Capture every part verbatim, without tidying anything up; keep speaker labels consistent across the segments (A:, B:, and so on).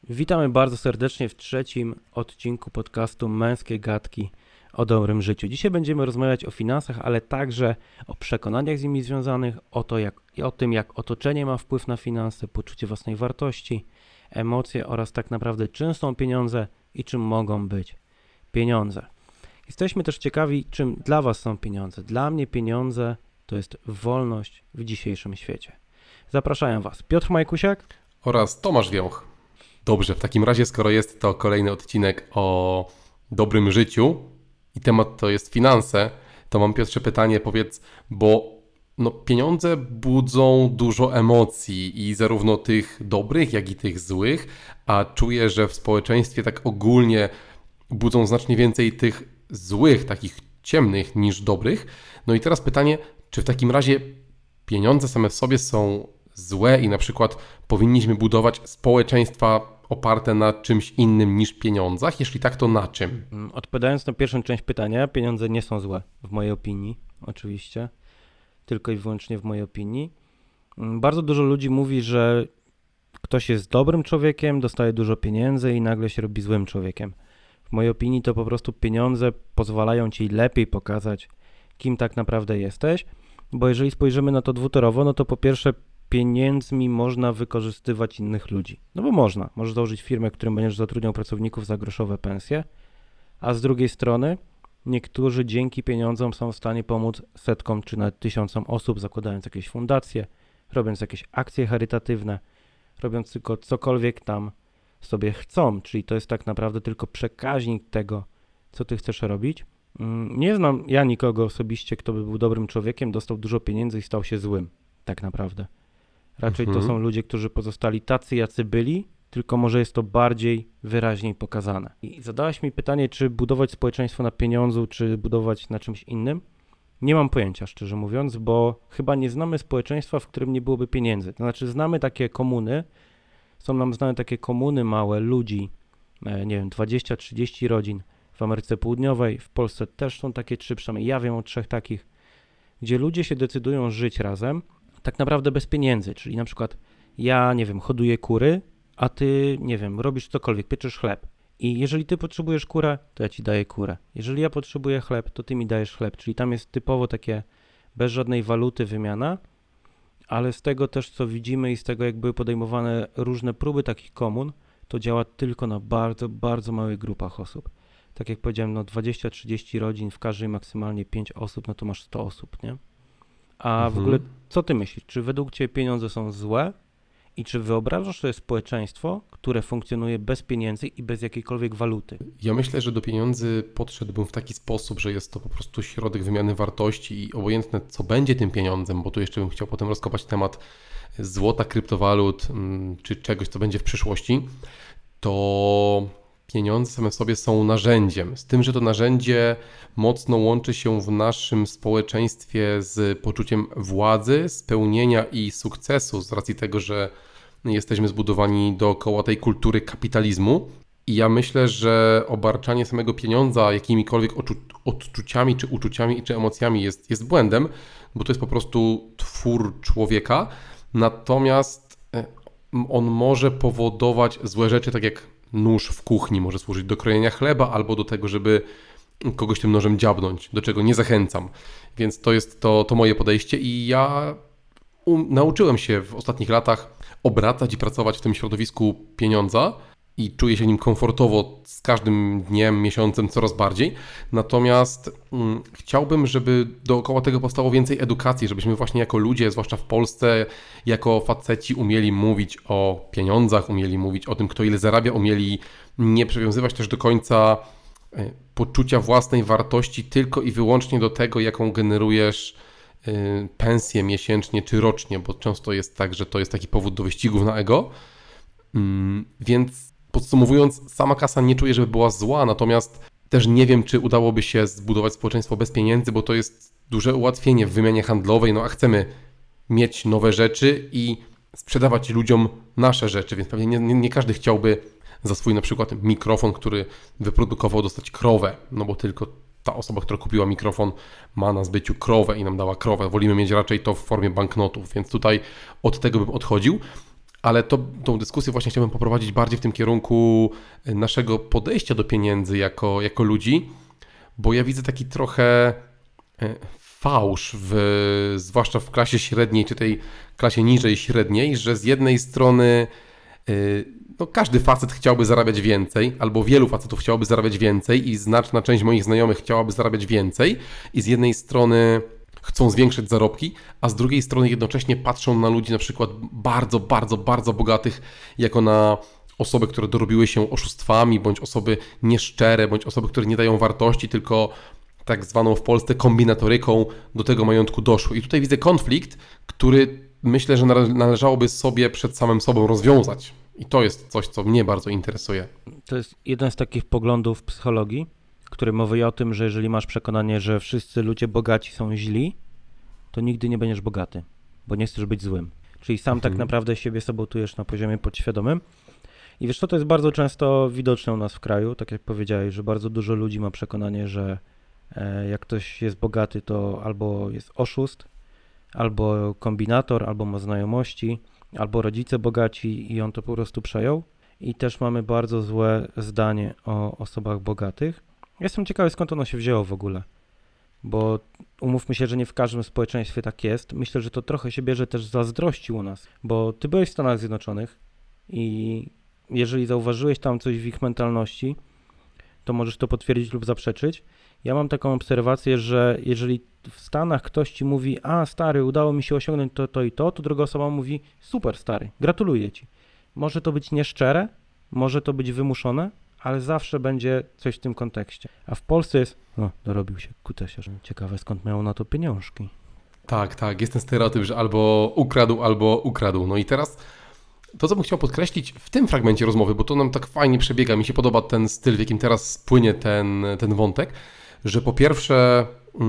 A: Witamy bardzo serdecznie w trzecim odcinku podcastu Męskie Gadki o dobrym życiu. Dzisiaj będziemy rozmawiać o finansach, ale także o przekonaniach z nimi związanych, o, to jak, o tym, jak otoczenie ma wpływ na finanse, poczucie własnej wartości, emocje oraz tak naprawdę czym są pieniądze i czym mogą być pieniądze. Jesteśmy też ciekawi, czym dla Was są pieniądze. Dla mnie pieniądze to jest wolność w dzisiejszym świecie. Zapraszają Was Piotr Majkusiak
B: oraz Tomasz Wioch. Dobrze, w takim razie, skoro jest to kolejny odcinek o dobrym życiu i temat to jest finanse, to mam, Piotrze, pytanie, powiedz, bo no, pieniądze budzą dużo emocji i zarówno tych dobrych, jak i tych złych, a czuję, że w społeczeństwie tak ogólnie budzą znacznie więcej tych złych, takich ciemnych niż dobrych. No i teraz pytanie, czy w takim razie pieniądze same w sobie są złe i na przykład powinniśmy budować społeczeństwa oparte na czymś innym niż pieniądzach? Jeśli tak, to na czym?
A: Odpowiadając na pierwszą część pytania, pieniądze nie są złe, w mojej opinii, oczywiście, tylko i wyłącznie w mojej opinii. Bardzo dużo ludzi mówi, że ktoś jest dobrym człowiekiem, dostaje dużo pieniędzy i nagle się robi złym człowiekiem. W mojej opinii to po prostu pieniądze pozwalają ci lepiej pokazać, kim tak naprawdę jesteś, bo jeżeli spojrzymy na to dwutorowo, no to po pierwsze pieniędzmi można wykorzystywać innych ludzi. No bo można. Możesz założyć firmę, w którym będziesz zatrudniał pracowników za groszowe pensje, a z drugiej strony niektórzy dzięki pieniądzom są w stanie pomóc setkom czy nawet tysiącom osób, zakładając jakieś fundacje, robiąc jakieś akcje charytatywne, robiąc tylko cokolwiek tam sobie chcą, czyli to jest tak naprawdę tylko przekaźnik tego, co ty chcesz robić. Nie znam ja nikogo osobiście, kto by był dobrym człowiekiem, dostał dużo pieniędzy i stał się złym, tak naprawdę. Raczej
B: Mhm.
A: to są ludzie, którzy pozostali tacy, jacy byli, tylko może jest to bardziej wyraźniej pokazane. I zadałaś mi pytanie, czy budować społeczeństwo na pieniądzu, czy budować na czymś innym. Nie mam pojęcia, szczerze mówiąc, bo chyba nie znamy społeczeństwa, w którym nie byłoby pieniędzy. To znaczy znamy takie komuny, są nam znane takie komuny małe ludzi, nie wiem, dwadzieścia trzydzieści rodzin w Ameryce Południowej, w Polsce też są takie trzy, przynajmniej ja wiem o trzech takich, gdzie ludzie się decydują żyć razem, tak naprawdę bez pieniędzy, czyli na przykład ja, nie wiem, hoduję kury, a ty, nie wiem, robisz cokolwiek, pieczysz chleb i jeżeli ty potrzebujesz kurę, to ja ci daję kurę. Jeżeli ja potrzebuję chleb, to ty mi dajesz chleb, czyli tam jest typowo takie bez żadnej waluty wymiana, ale z tego też, co widzimy i z tego, jak były podejmowane różne próby takich komun, to działa tylko na bardzo, bardzo małych grupach osób. Tak jak powiedziałem, no dwadzieścia trzydzieści rodzin, w każdej maksymalnie pięć osób, no to masz sto osób, nie? A
B: Mhm.
A: w ogóle co ty myślisz? Czy według ciebie pieniądze są złe? I czy wyobrażasz sobie społeczeństwo, które funkcjonuje bez pieniędzy i bez jakiejkolwiek waluty?
B: Ja myślę, że do pieniędzy podszedłbym w taki sposób, że jest to po prostu środek wymiany wartości i obojętne co będzie tym pieniądzem, bo tu jeszcze bym chciał potem rozkopać temat złota, kryptowalut czy czegoś, co będzie w przyszłości, to pieniądze same w sobie są narzędziem. Z tym, że to narzędzie mocno łączy się w naszym społeczeństwie z poczuciem władzy, spełnienia i sukcesu z racji tego, że jesteśmy zbudowani dookoła tej kultury kapitalizmu. I ja myślę, że obarczanie samego pieniądza jakimikolwiek odczu- odczuciami, czy uczuciami, czy emocjami jest, jest błędem, bo to jest po prostu twór człowieka. Natomiast on może powodować złe rzeczy, tak jak nóż w kuchni może służyć do krojenia chleba albo do tego, żeby kogoś tym nożem dziabnąć, do czego nie zachęcam. Więc to jest to, to moje podejście i ja um, nauczyłem się w ostatnich latach obracać i pracować w tym środowisku pieniądza i czuję się nim komfortowo z każdym dniem, miesiącem coraz bardziej. Natomiast um, chciałbym, żeby dookoła tego powstało więcej edukacji, żebyśmy właśnie jako ludzie, zwłaszcza w Polsce, jako faceci umieli mówić o pieniądzach, umieli mówić o tym, kto ile zarabia, umieli nie przywiązywać też do końca y, poczucia własnej wartości tylko i wyłącznie do tego, jaką generujesz y, pensję miesięcznie czy rocznie, bo często jest tak, że to jest taki powód do wyścigów na ego. Y, więc podsumowując, sama kasa nie czuję, żeby była zła, natomiast też nie wiem, czy udałoby się zbudować społeczeństwo bez pieniędzy, bo to jest duże ułatwienie w wymianie handlowej, no a chcemy mieć nowe rzeczy i sprzedawać ludziom nasze rzeczy, więc pewnie nie, nie, nie każdy chciałby za swój na przykład mikrofon, który wyprodukował, dostać krowę, no bo tylko ta osoba, która kupiła mikrofon, ma na zbyciu krowę i nam dała krowę. Wolimy mieć raczej to w formie banknotów, więc tutaj od tego bym odchodził. ale to, tą dyskusję właśnie chciałbym poprowadzić bardziej w tym kierunku naszego podejścia do pieniędzy jako, jako ludzi, bo ja widzę taki trochę fałsz, w, zwłaszcza w klasie średniej czy tej klasie niżej średniej, że z jednej strony no, każdy facet chciałby zarabiać więcej, albo wielu facetów chciałoby zarabiać więcej i znaczna część moich znajomych chciałaby zarabiać więcej i z jednej strony chcą zwiększyć zarobki, a z drugiej strony jednocześnie patrzą na ludzi na przykład bardzo, bardzo, bardzo bogatych jako na osoby, które dorobiły się oszustwami, bądź osoby nieszczere, bądź osoby, które nie dają wartości, tylko tak zwaną w Polsce kombinatoryką do tego majątku doszły. I tutaj widzę konflikt, który myślę, że należałoby sobie przed samym sobą rozwiązać. I to jest coś, co mnie bardzo interesuje.
A: To jest jeden z takich poglądów psychologii, który mówi o tym, że jeżeli masz przekonanie, że wszyscy ludzie bogaci są źli, to nigdy nie będziesz bogaty, bo nie chcesz być złym. Czyli sam mhm. tak naprawdę siebie sabotujesz na poziomie podświadomym. I wiesz co, to jest bardzo często widoczne u nas w kraju, tak jak powiedziałeś, że bardzo dużo ludzi ma przekonanie, że e, jak ktoś jest bogaty, to albo jest oszust, albo kombinator, albo ma znajomości, albo rodzice bogaci i on to po prostu przejął. I też mamy bardzo złe zdanie o osobach bogatych. Jestem ciekawy, skąd ono się wzięło w ogóle, bo umówmy się, że nie w każdym społeczeństwie tak jest. Myślę, że to trochę się bierze też z zazdrości u nas, bo ty byłeś w Stanach Zjednoczonych i jeżeli zauważyłeś tam coś w ich mentalności, to możesz to potwierdzić lub zaprzeczyć. Ja mam taką obserwację, że jeżeli w Stanach ktoś ci mówi, a stary, udało mi się osiągnąć to, to i to, to druga osoba mówi, super stary, gratuluję ci. Może to być nieszczere, może to być wymuszone, ale zawsze będzie coś w tym kontekście. A w Polsce jest, no, dorobił się kutesiarz. Ciekawe, skąd miał na to pieniążki.
B: Tak, tak, jest ten stereotyp, że albo ukradł, albo ukradł. No i teraz to, co bym chciał podkreślić w tym fragmencie rozmowy, bo to nam tak fajnie przebiega, mi się podoba ten styl, w jakim teraz płynie ten, ten wątek, że po pierwsze,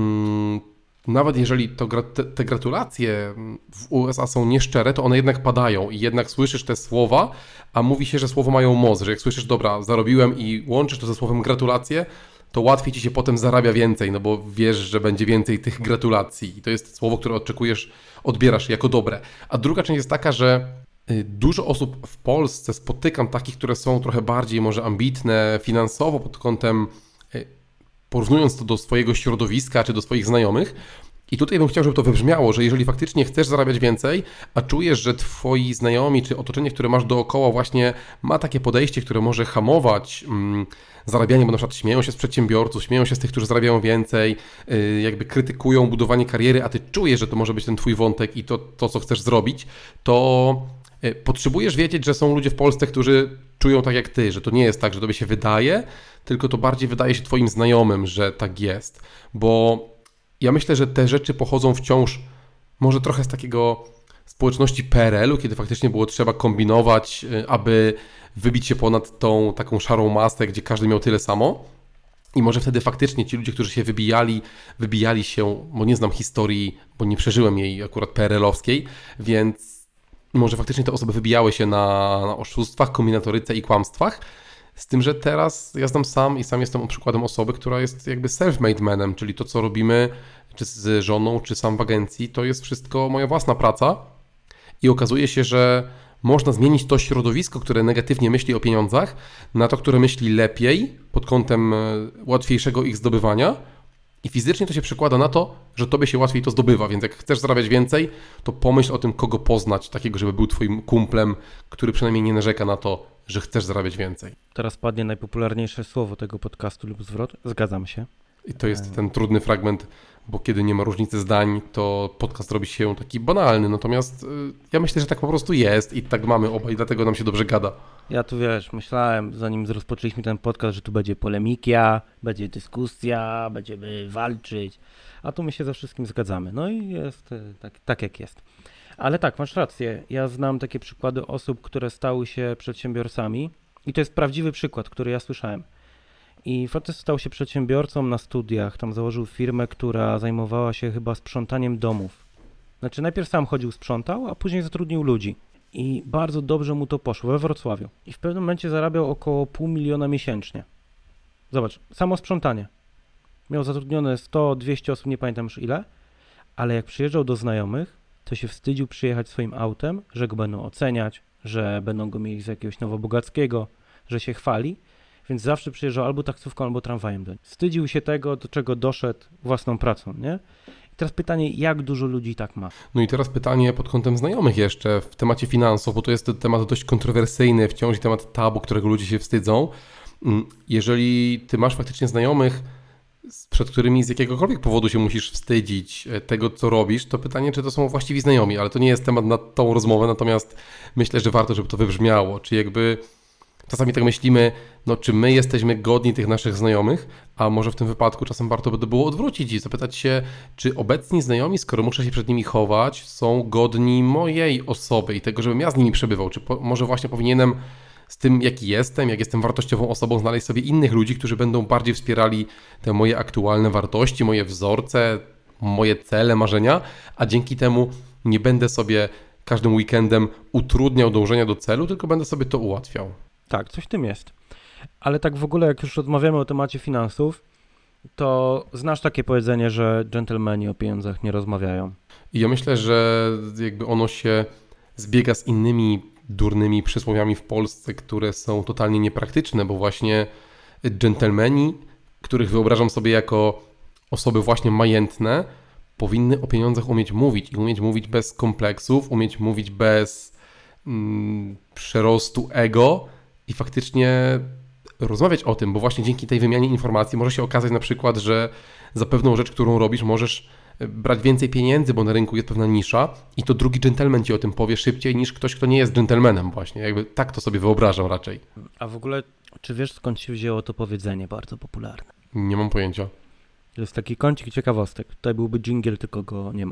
B: mm, nawet jeżeli to, te, te gratulacje w U S A są nieszczere, to one jednak padają i jednak słyszysz te słowa, a mówi się, że słowa mają moc, że jak słyszysz, dobra, zarobiłem i łączysz to ze słowem gratulacje, to łatwiej ci się potem zarabia więcej, no bo wiesz, że będzie więcej tych gratulacji i to jest słowo, które oczekujesz, odbierasz jako dobre. A druga część jest taka, że dużo osób w Polsce spotykam takich, które są trochę bardziej może ambitne finansowo pod kątem, porównując to do swojego środowiska czy do swoich znajomych. I tutaj bym chciał, żeby to wybrzmiało, że jeżeli faktycznie chcesz zarabiać więcej, a czujesz, że twoi znajomi czy otoczenie, które masz dookoła właśnie ma takie podejście, które może hamować mm, zarabianie, bo na przykład śmieją się z przedsiębiorców, śmieją się z tych, którzy zarabiają więcej, yy, jakby krytykują budowanie kariery, a ty czujesz, że to może być ten twój wątek i to, to co chcesz zrobić, to yy, potrzebujesz wiedzieć, że są ludzie w Polsce, którzy czują tak jak ty, że to nie jest tak, że tobie się wydaje, tylko to bardziej wydaje się twoim znajomym, że tak jest, bo ja myślę, że te rzeczy pochodzą wciąż może trochę z takiego społeczności P R L u, kiedy faktycznie było trzeba kombinować, aby wybić się ponad tą taką szarą masę, gdzie każdy miał tyle samo. I może wtedy faktycznie ci ludzie, którzy się wybijali, wybijali się, bo nie znam historii, bo nie przeżyłem jej akurat P R L owskiej, więc może faktycznie te osoby wybijały się na, na oszustwach, kombinatoryce i kłamstwach. Z tym, że teraz ja znam sam i sam jestem przykładem osoby, która jest jakby self-made manem, czyli to, co robimy, czy z żoną, czy sam w agencji, to jest wszystko moja własna praca i okazuje się, że można zmienić to środowisko, które negatywnie myśli o pieniądzach, na to, które myśli lepiej pod kątem łatwiejszego ich zdobywania i fizycznie to się przekłada na to, że tobie się łatwiej to zdobywa, więc jak chcesz zarabiać więcej, to pomyśl o tym, kogo poznać, takiego, żeby był twoim kumplem, który przynajmniej nie narzeka na to, że chcesz zarabiać więcej.
A: Teraz padnie najpopularniejsze słowo tego podcastu lub zwrot. Zgadzam się.
B: I to jest ten trudny fragment, bo kiedy nie ma różnicy zdań, to podcast robi się taki banalny. Natomiast ja myślę, że tak po prostu jest i tak mamy obaj, dlatego nam się dobrze gada.
A: Ja tu wiesz, myślałem, zanim rozpoczęliśmy ten podcast, że tu będzie polemikia, będzie dyskusja, będziemy walczyć, a tu my się ze wszystkim zgadzamy. No i jest tak, tak jak jest. Ale tak, masz rację. Ja znam takie przykłady osób, które stały się przedsiębiorcami i to jest prawdziwy przykład, który ja słyszałem. I facet stał się przedsiębiorcą na studiach, tam założył firmę, która zajmowała się chyba sprzątaniem domów. Znaczy najpierw sam chodził, sprzątał, a później zatrudnił ludzi. I bardzo dobrze mu to poszło we Wrocławiu. I w pewnym momencie zarabiał około pół miliona miesięcznie. Zobacz, samo sprzątanie. Miał zatrudnione sto dwieście osób, nie pamiętam już ile, ale jak przyjeżdżał do znajomych, to się wstydził przyjechać swoim autem, że go będą oceniać, że będą go mieli z jakiegoś nowobogackiego, że się chwali, więc zawsze przyjeżdżał albo taksówką, albo tramwajem do nich. Wstydził się tego, do czego doszedł własną pracą, nie? I teraz pytanie, jak dużo ludzi tak ma?
B: No i teraz pytanie pod kątem znajomych jeszcze w temacie finansów, bo to jest temat dość kontrowersyjny, wciąż i temat tabu, którego ludzie się wstydzą. Jeżeli ty masz faktycznie znajomych, przed którymi z jakiegokolwiek powodu się musisz wstydzić tego, co robisz, to pytanie, czy to są właściwi znajomi, ale to nie jest temat na tą rozmowę, natomiast myślę, że warto, żeby to wybrzmiało, czy jakby czasami tak myślimy, no czy my jesteśmy godni tych naszych znajomych, a może w tym wypadku czasem warto by to było odwrócić i zapytać się, czy obecni znajomi, skoro muszę się przed nimi chować, są godni mojej osoby i tego, żebym ja z nimi przebywał, czy po, może właśnie powinienem z tym, jaki jestem, jak jestem wartościową osobą, znaleźć sobie innych ludzi, którzy będą bardziej wspierali te moje aktualne wartości, moje wzorce, moje cele, marzenia, a dzięki temu nie będę sobie każdym weekendem utrudniał dążenia do celu, tylko będę sobie to ułatwiał.
A: Tak, coś w tym jest. Ale tak w ogóle, jak już rozmawiamy o temacie finansów, to znasz takie powiedzenie, że dżentelmeni o pieniądzach nie rozmawiają.
B: I ja myślę, że jakby ono się zbiega z innymi durnymi przysłowiami w Polsce, które są totalnie niepraktyczne, bo właśnie dżentelmeni, których wyobrażam sobie jako osoby właśnie majętne, powinny o pieniądzach umieć mówić i umieć mówić bez kompleksów, umieć mówić bez mm, przerostu ego i faktycznie rozmawiać o tym, bo właśnie dzięki tej wymianie informacji może się okazać na przykład, że za pewną rzecz, którą robisz, możesz brać więcej pieniędzy, bo na rynku jest pewna nisza i to drugi dżentelmen ci o tym powie szybciej niż ktoś, kto nie jest dżentelmenem właśnie. Jakby tak to sobie wyobrażam raczej.
A: A w ogóle, czy wiesz, skąd się wzięło to powiedzenie bardzo popularne?
B: Nie mam pojęcia.
A: To jest taki kącik ciekawostek. Tutaj byłby dżingiel, tylko go nie ma.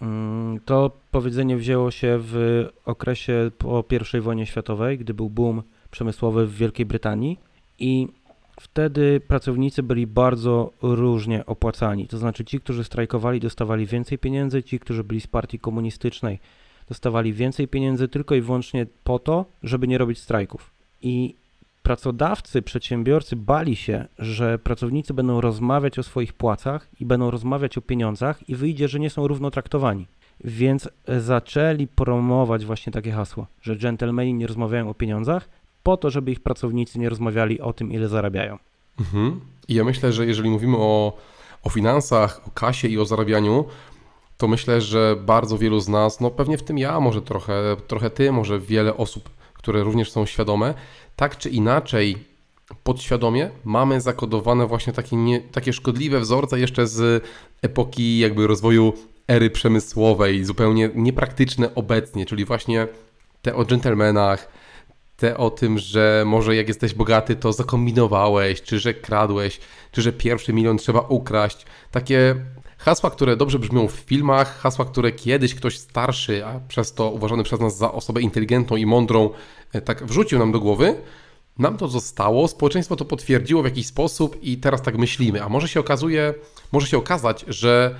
A: To powiedzenie wzięło się w okresie po pierwszej wojnie światowej, gdy był boom przemysłowy w Wielkiej Brytanii i wtedy pracownicy byli bardzo różnie opłacani. To znaczy ci, którzy strajkowali, dostawali więcej pieniędzy, ci, którzy byli z partii komunistycznej, dostawali więcej pieniędzy tylko i wyłącznie po to, żeby nie robić strajków. I pracodawcy, przedsiębiorcy bali się, że pracownicy będą rozmawiać o swoich płacach i będą rozmawiać o pieniądzach i wyjdzie, że nie są równo traktowani. Więc zaczęli promować właśnie takie hasło, że dżentelmeni nie rozmawiają o pieniądzach, po to, żeby ich pracownicy nie rozmawiali o tym, ile zarabiają.
B: Mhm. I ja myślę, że jeżeli mówimy o, o finansach, o kasie i o zarabianiu, to myślę, że bardzo wielu z nas, no pewnie w tym ja, może trochę, trochę ty, może wiele osób, które również są świadome, tak czy inaczej podświadomie mamy zakodowane właśnie takie, nie, takie szkodliwe wzorce jeszcze z epoki jakby rozwoju ery przemysłowej, zupełnie niepraktyczne obecnie, czyli właśnie te o dżentelmenach, te o tym, że może jak jesteś bogaty, to zakombinowałeś, czy że kradłeś, czy że pierwszy milion trzeba ukraść. Takie hasła, które dobrze brzmią w filmach, hasła, które kiedyś ktoś starszy, a przez to uważany przez nas za osobę inteligentną i mądrą, tak wrzucił nam do głowy, nam to zostało, społeczeństwo to potwierdziło w jakiś sposób i teraz tak myślimy. A może się okazuje, może się okazać, że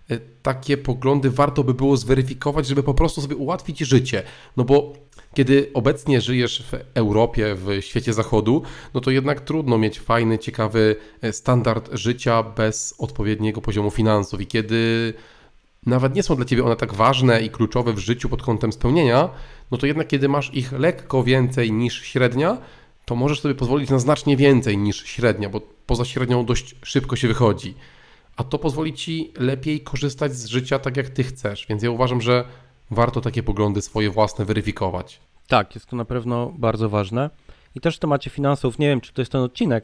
B: takie poglądy warto by było zweryfikować, żeby po prostu sobie ułatwić życie. No bo kiedy obecnie żyjesz w Europie, w świecie zachodu, no to jednak trudno mieć fajny, ciekawy standard życia bez odpowiedniego poziomu finansów. I kiedy nawet nie są dla ciebie one tak ważne i kluczowe w życiu pod kątem spełnienia, no to jednak kiedy masz ich lekko więcej niż średnia, to możesz sobie pozwolić na znacznie więcej niż średnia, bo poza średnią dość szybko się wychodzi. A to pozwoli ci lepiej korzystać z życia tak, jak ty chcesz. Więc ja uważam, że warto takie poglądy swoje własne weryfikować.
A: Tak, jest to na pewno bardzo ważne. I też w temacie finansów, nie wiem, czy to jest ten odcinek,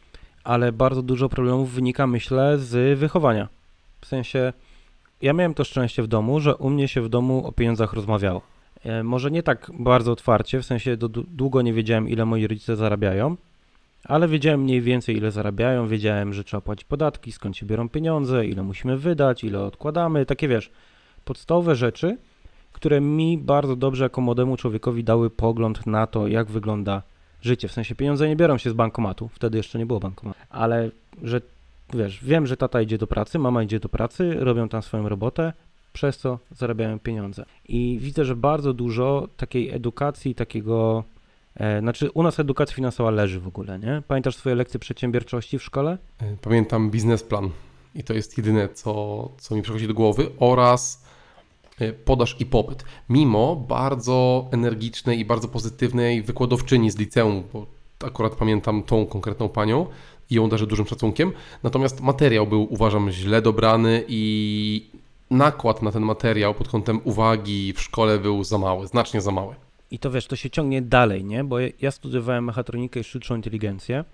A: ale bardzo dużo problemów wynika, myślę, z wychowania. W sensie, ja miałem to szczęście w domu, że u mnie się w domu o pieniądzach rozmawiało. E, może nie tak bardzo otwarcie, w sensie do, długo nie wiedziałem, ile moi rodzice zarabiają, ale wiedziałem mniej więcej, ile zarabiają, wiedziałem, że trzeba płacić podatki, skąd się biorą pieniądze, ile musimy wydać, ile odkładamy, takie wiesz, podstawowe rzeczy, które mi bardzo dobrze jako młodemu człowiekowi dały pogląd na to, jak wygląda życie. W sensie pieniądze nie biorą się z bankomatu, wtedy jeszcze nie było bankomatu, ale że wiesz, wiem, że tata idzie do pracy, mama idzie do pracy, robią tam swoją robotę, przez co zarabiają pieniądze. I widzę, że bardzo dużo takiej edukacji, takiego, e, znaczy u nas edukacja finansowa leży w ogóle, nie? Pamiętasz swoje lekcje przedsiębiorczości w szkole?
B: Pamiętam biznesplan i to jest jedyne, co, co mi przychodzi do głowy oraz podaż i popyt. Mimo bardzo energicznej i bardzo pozytywnej wykładowczyni z liceum, bo akurat pamiętam tą konkretną panią i ją darzę dużym szacunkiem. Natomiast materiał był, uważam, źle dobrany i nakład na ten materiał pod kątem uwagi w szkole był za mały, znacznie za mały.
A: I to wiesz, to się ciągnie dalej, nie? Bo ja studiowałem mechatronikę i sztuczną inteligencję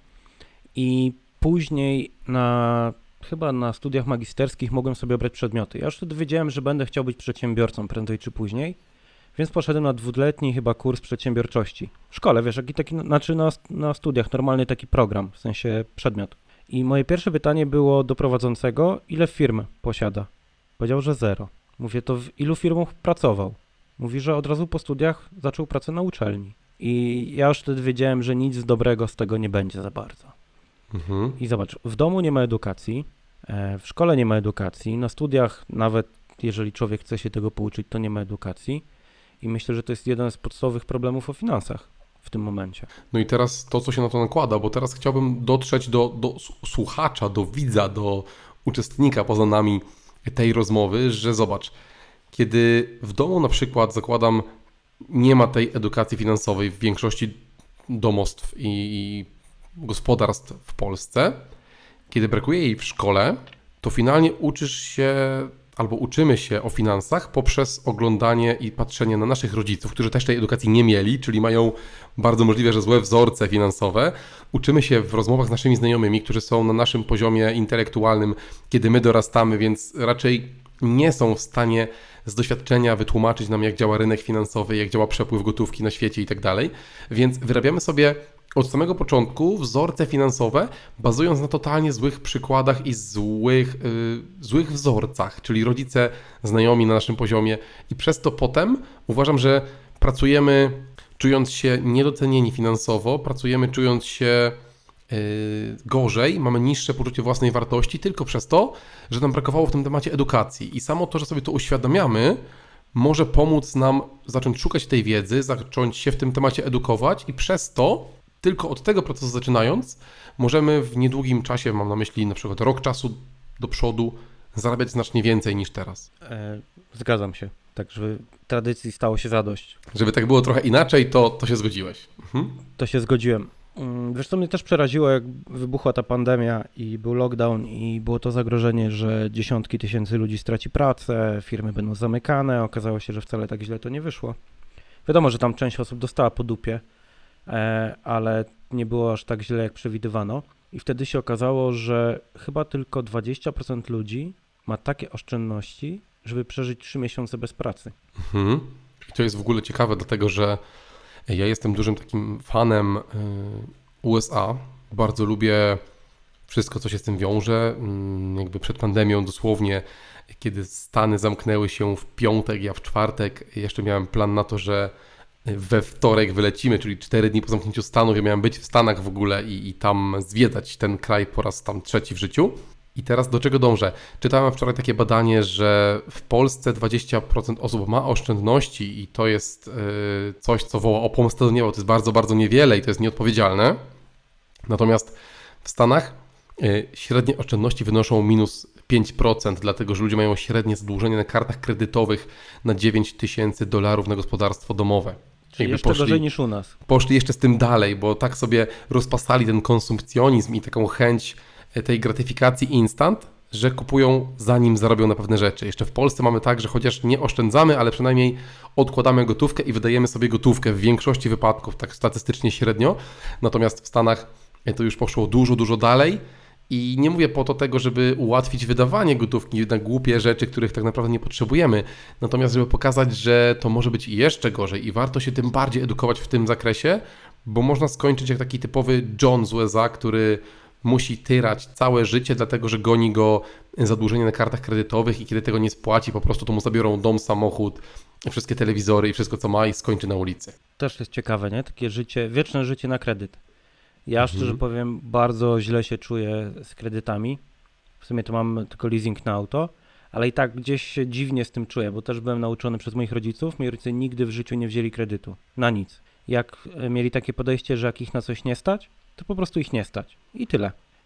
A: i później na, chyba na studiach magisterskich mogłem sobie obrać przedmioty. Ja już wtedy wiedziałem, że będę chciał być przedsiębiorcą prędzej czy później, więc poszedłem na dwuletni chyba kurs przedsiębiorczości. W szkole, wiesz, jaki taki, znaczy na, na studiach, normalny taki program, w sensie przedmiot. I moje pierwsze pytanie było do prowadzącego, ile firm posiada? Powiedział, że zero. Mówię, to w ilu firmach pracował? Mówi, że od razu po studiach zaczął pracę na uczelni. I ja już wtedy wiedziałem, że nic dobrego z tego nie będzie za bardzo.
B: Mhm.
A: I zobacz, w domu nie ma edukacji, w szkole nie ma edukacji, na studiach nawet jeżeli człowiek chce się tego pouczyć, to nie ma edukacji. I myślę, że to jest jeden z podstawowych problemów o finansach w tym momencie.
B: No i teraz to, co się na to nakłada, bo teraz chciałbym dotrzeć do, do słuchacza, do widza, do uczestnika poza nami tej rozmowy, że zobacz, kiedy w domu na przykład, zakładam, nie ma tej edukacji finansowej w większości domostw i gospodarstw w Polsce, kiedy brakuje jej w szkole, to finalnie uczysz się albo uczymy się o finansach poprzez oglądanie i patrzenie na naszych rodziców, którzy też tej edukacji nie mieli, czyli mają bardzo możliwe, że złe wzorce finansowe. Uczymy się w rozmowach z naszymi znajomymi, którzy są na naszym poziomie intelektualnym, kiedy my dorastamy, więc raczej nie są w stanie z doświadczenia wytłumaczyć nam, jak działa rynek finansowy, jak działa przepływ gotówki na świecie i tak dalej. Więc wyrabiamy sobie od samego początku wzorce finansowe, bazując na totalnie złych przykładach i złych, yy, złych wzorcach, czyli rodzice, znajomi na naszym poziomie i przez to potem uważam, że pracujemy czując się niedocenieni finansowo, pracujemy czując się yy, gorzej, mamy niższe poczucie własnej wartości tylko przez to, że nam brakowało w tym temacie edukacji i samo to, że sobie to uświadamiamy, może pomóc nam zacząć szukać tej wiedzy, zacząć się w tym temacie edukować i przez to tylko od tego procesu zaczynając, możemy w niedługim czasie, mam na myśli na przykład rok czasu do przodu, zarabiać znacznie więcej niż teraz.
A: E, zgadzam się, tak żeby tradycji stało się zadość.
B: Żeby tak było trochę inaczej, to, to się zgodziłeś. Mhm.
A: To się zgodziłem. Wiesz co, mnie też przeraziło, jak wybuchła ta pandemia i był lockdown i było to zagrożenie, że dziesiątki tysięcy ludzi straci pracę, firmy będą zamykane. Okazało się, że wcale tak źle to nie wyszło. Wiadomo, że tam część osób dostała po dupie, ale nie było aż tak źle, jak przewidywano. I wtedy się okazało, że chyba tylko dwadzieścia procent ludzi ma takie oszczędności, żeby przeżyć trzy miesiące bez pracy.
B: Mhm. I to jest w ogóle ciekawe, dlatego że ja jestem dużym takim fanem U S A. Bardzo lubię wszystko, co się z tym wiąże. Jakby przed pandemią dosłownie, kiedy Stany zamknęły się w piątek, ja w czwartek, jeszcze miałem plan na to, że we wtorek wylecimy, czyli cztery dni po zamknięciu Stanów. Ja miałem być w Stanach w ogóle i, i tam zwiedzać ten kraj po raz tam trzeci w życiu. I teraz do czego dążę? Czytałem wczoraj takie badanie, że w Polsce dwadzieścia procent osób ma oszczędności i to jest yy, coś, co woła o pomstę do nieba. To jest bardzo, bardzo niewiele i to jest nieodpowiedzialne. Natomiast w Stanach yy, średnie oszczędności wynoszą minus pięć procent, dlatego że ludzie mają średnie zadłużenie na kartach kredytowych na dziewięć tysięcy dolarów na gospodarstwo domowe.
A: Czyli jeszcze poszli, gorzej niż u nas.
B: Poszli jeszcze z tym dalej, bo tak sobie rozpasali ten konsumpcjonizm i taką chęć tej gratyfikacji instant, że kupują zanim zarobią na pewne rzeczy. Jeszcze w Polsce mamy tak, że chociaż nie oszczędzamy, ale przynajmniej odkładamy gotówkę i wydajemy sobie gotówkę w większości wypadków, tak statystycznie średnio. Natomiast w Stanach to już poszło dużo, dużo dalej. I nie mówię po to tego, żeby ułatwić wydawanie gotówki na głupie rzeczy, których tak naprawdę nie potrzebujemy. Natomiast żeby pokazać, że to może być jeszcze gorzej i warto się tym bardziej edukować w tym zakresie, bo można skończyć jak taki typowy John z U S A, który musi tyrać całe życie, dlatego że goni go zadłużenie na kartach kredytowych i kiedy tego nie spłaci, po prostu to mu zabiorą dom, samochód, wszystkie telewizory i wszystko co ma i skończy na ulicy.
A: Też jest ciekawe, nie? Takie życie, wieczne życie na kredyt. Ja
B: Mhm.
A: szczerze powiem, bardzo źle się czuję z kredytami. W sumie to mam tylko leasing na auto, ale i tak gdzieś się dziwnie z tym czuję, bo też byłem nauczony przez moich rodziców. Moi rodzice nigdy w życiu nie wzięli kredytu. Na nic. Jak mieli takie podejście, że jak ich na coś nie stać, to po prostu ich nie stać. I tyle.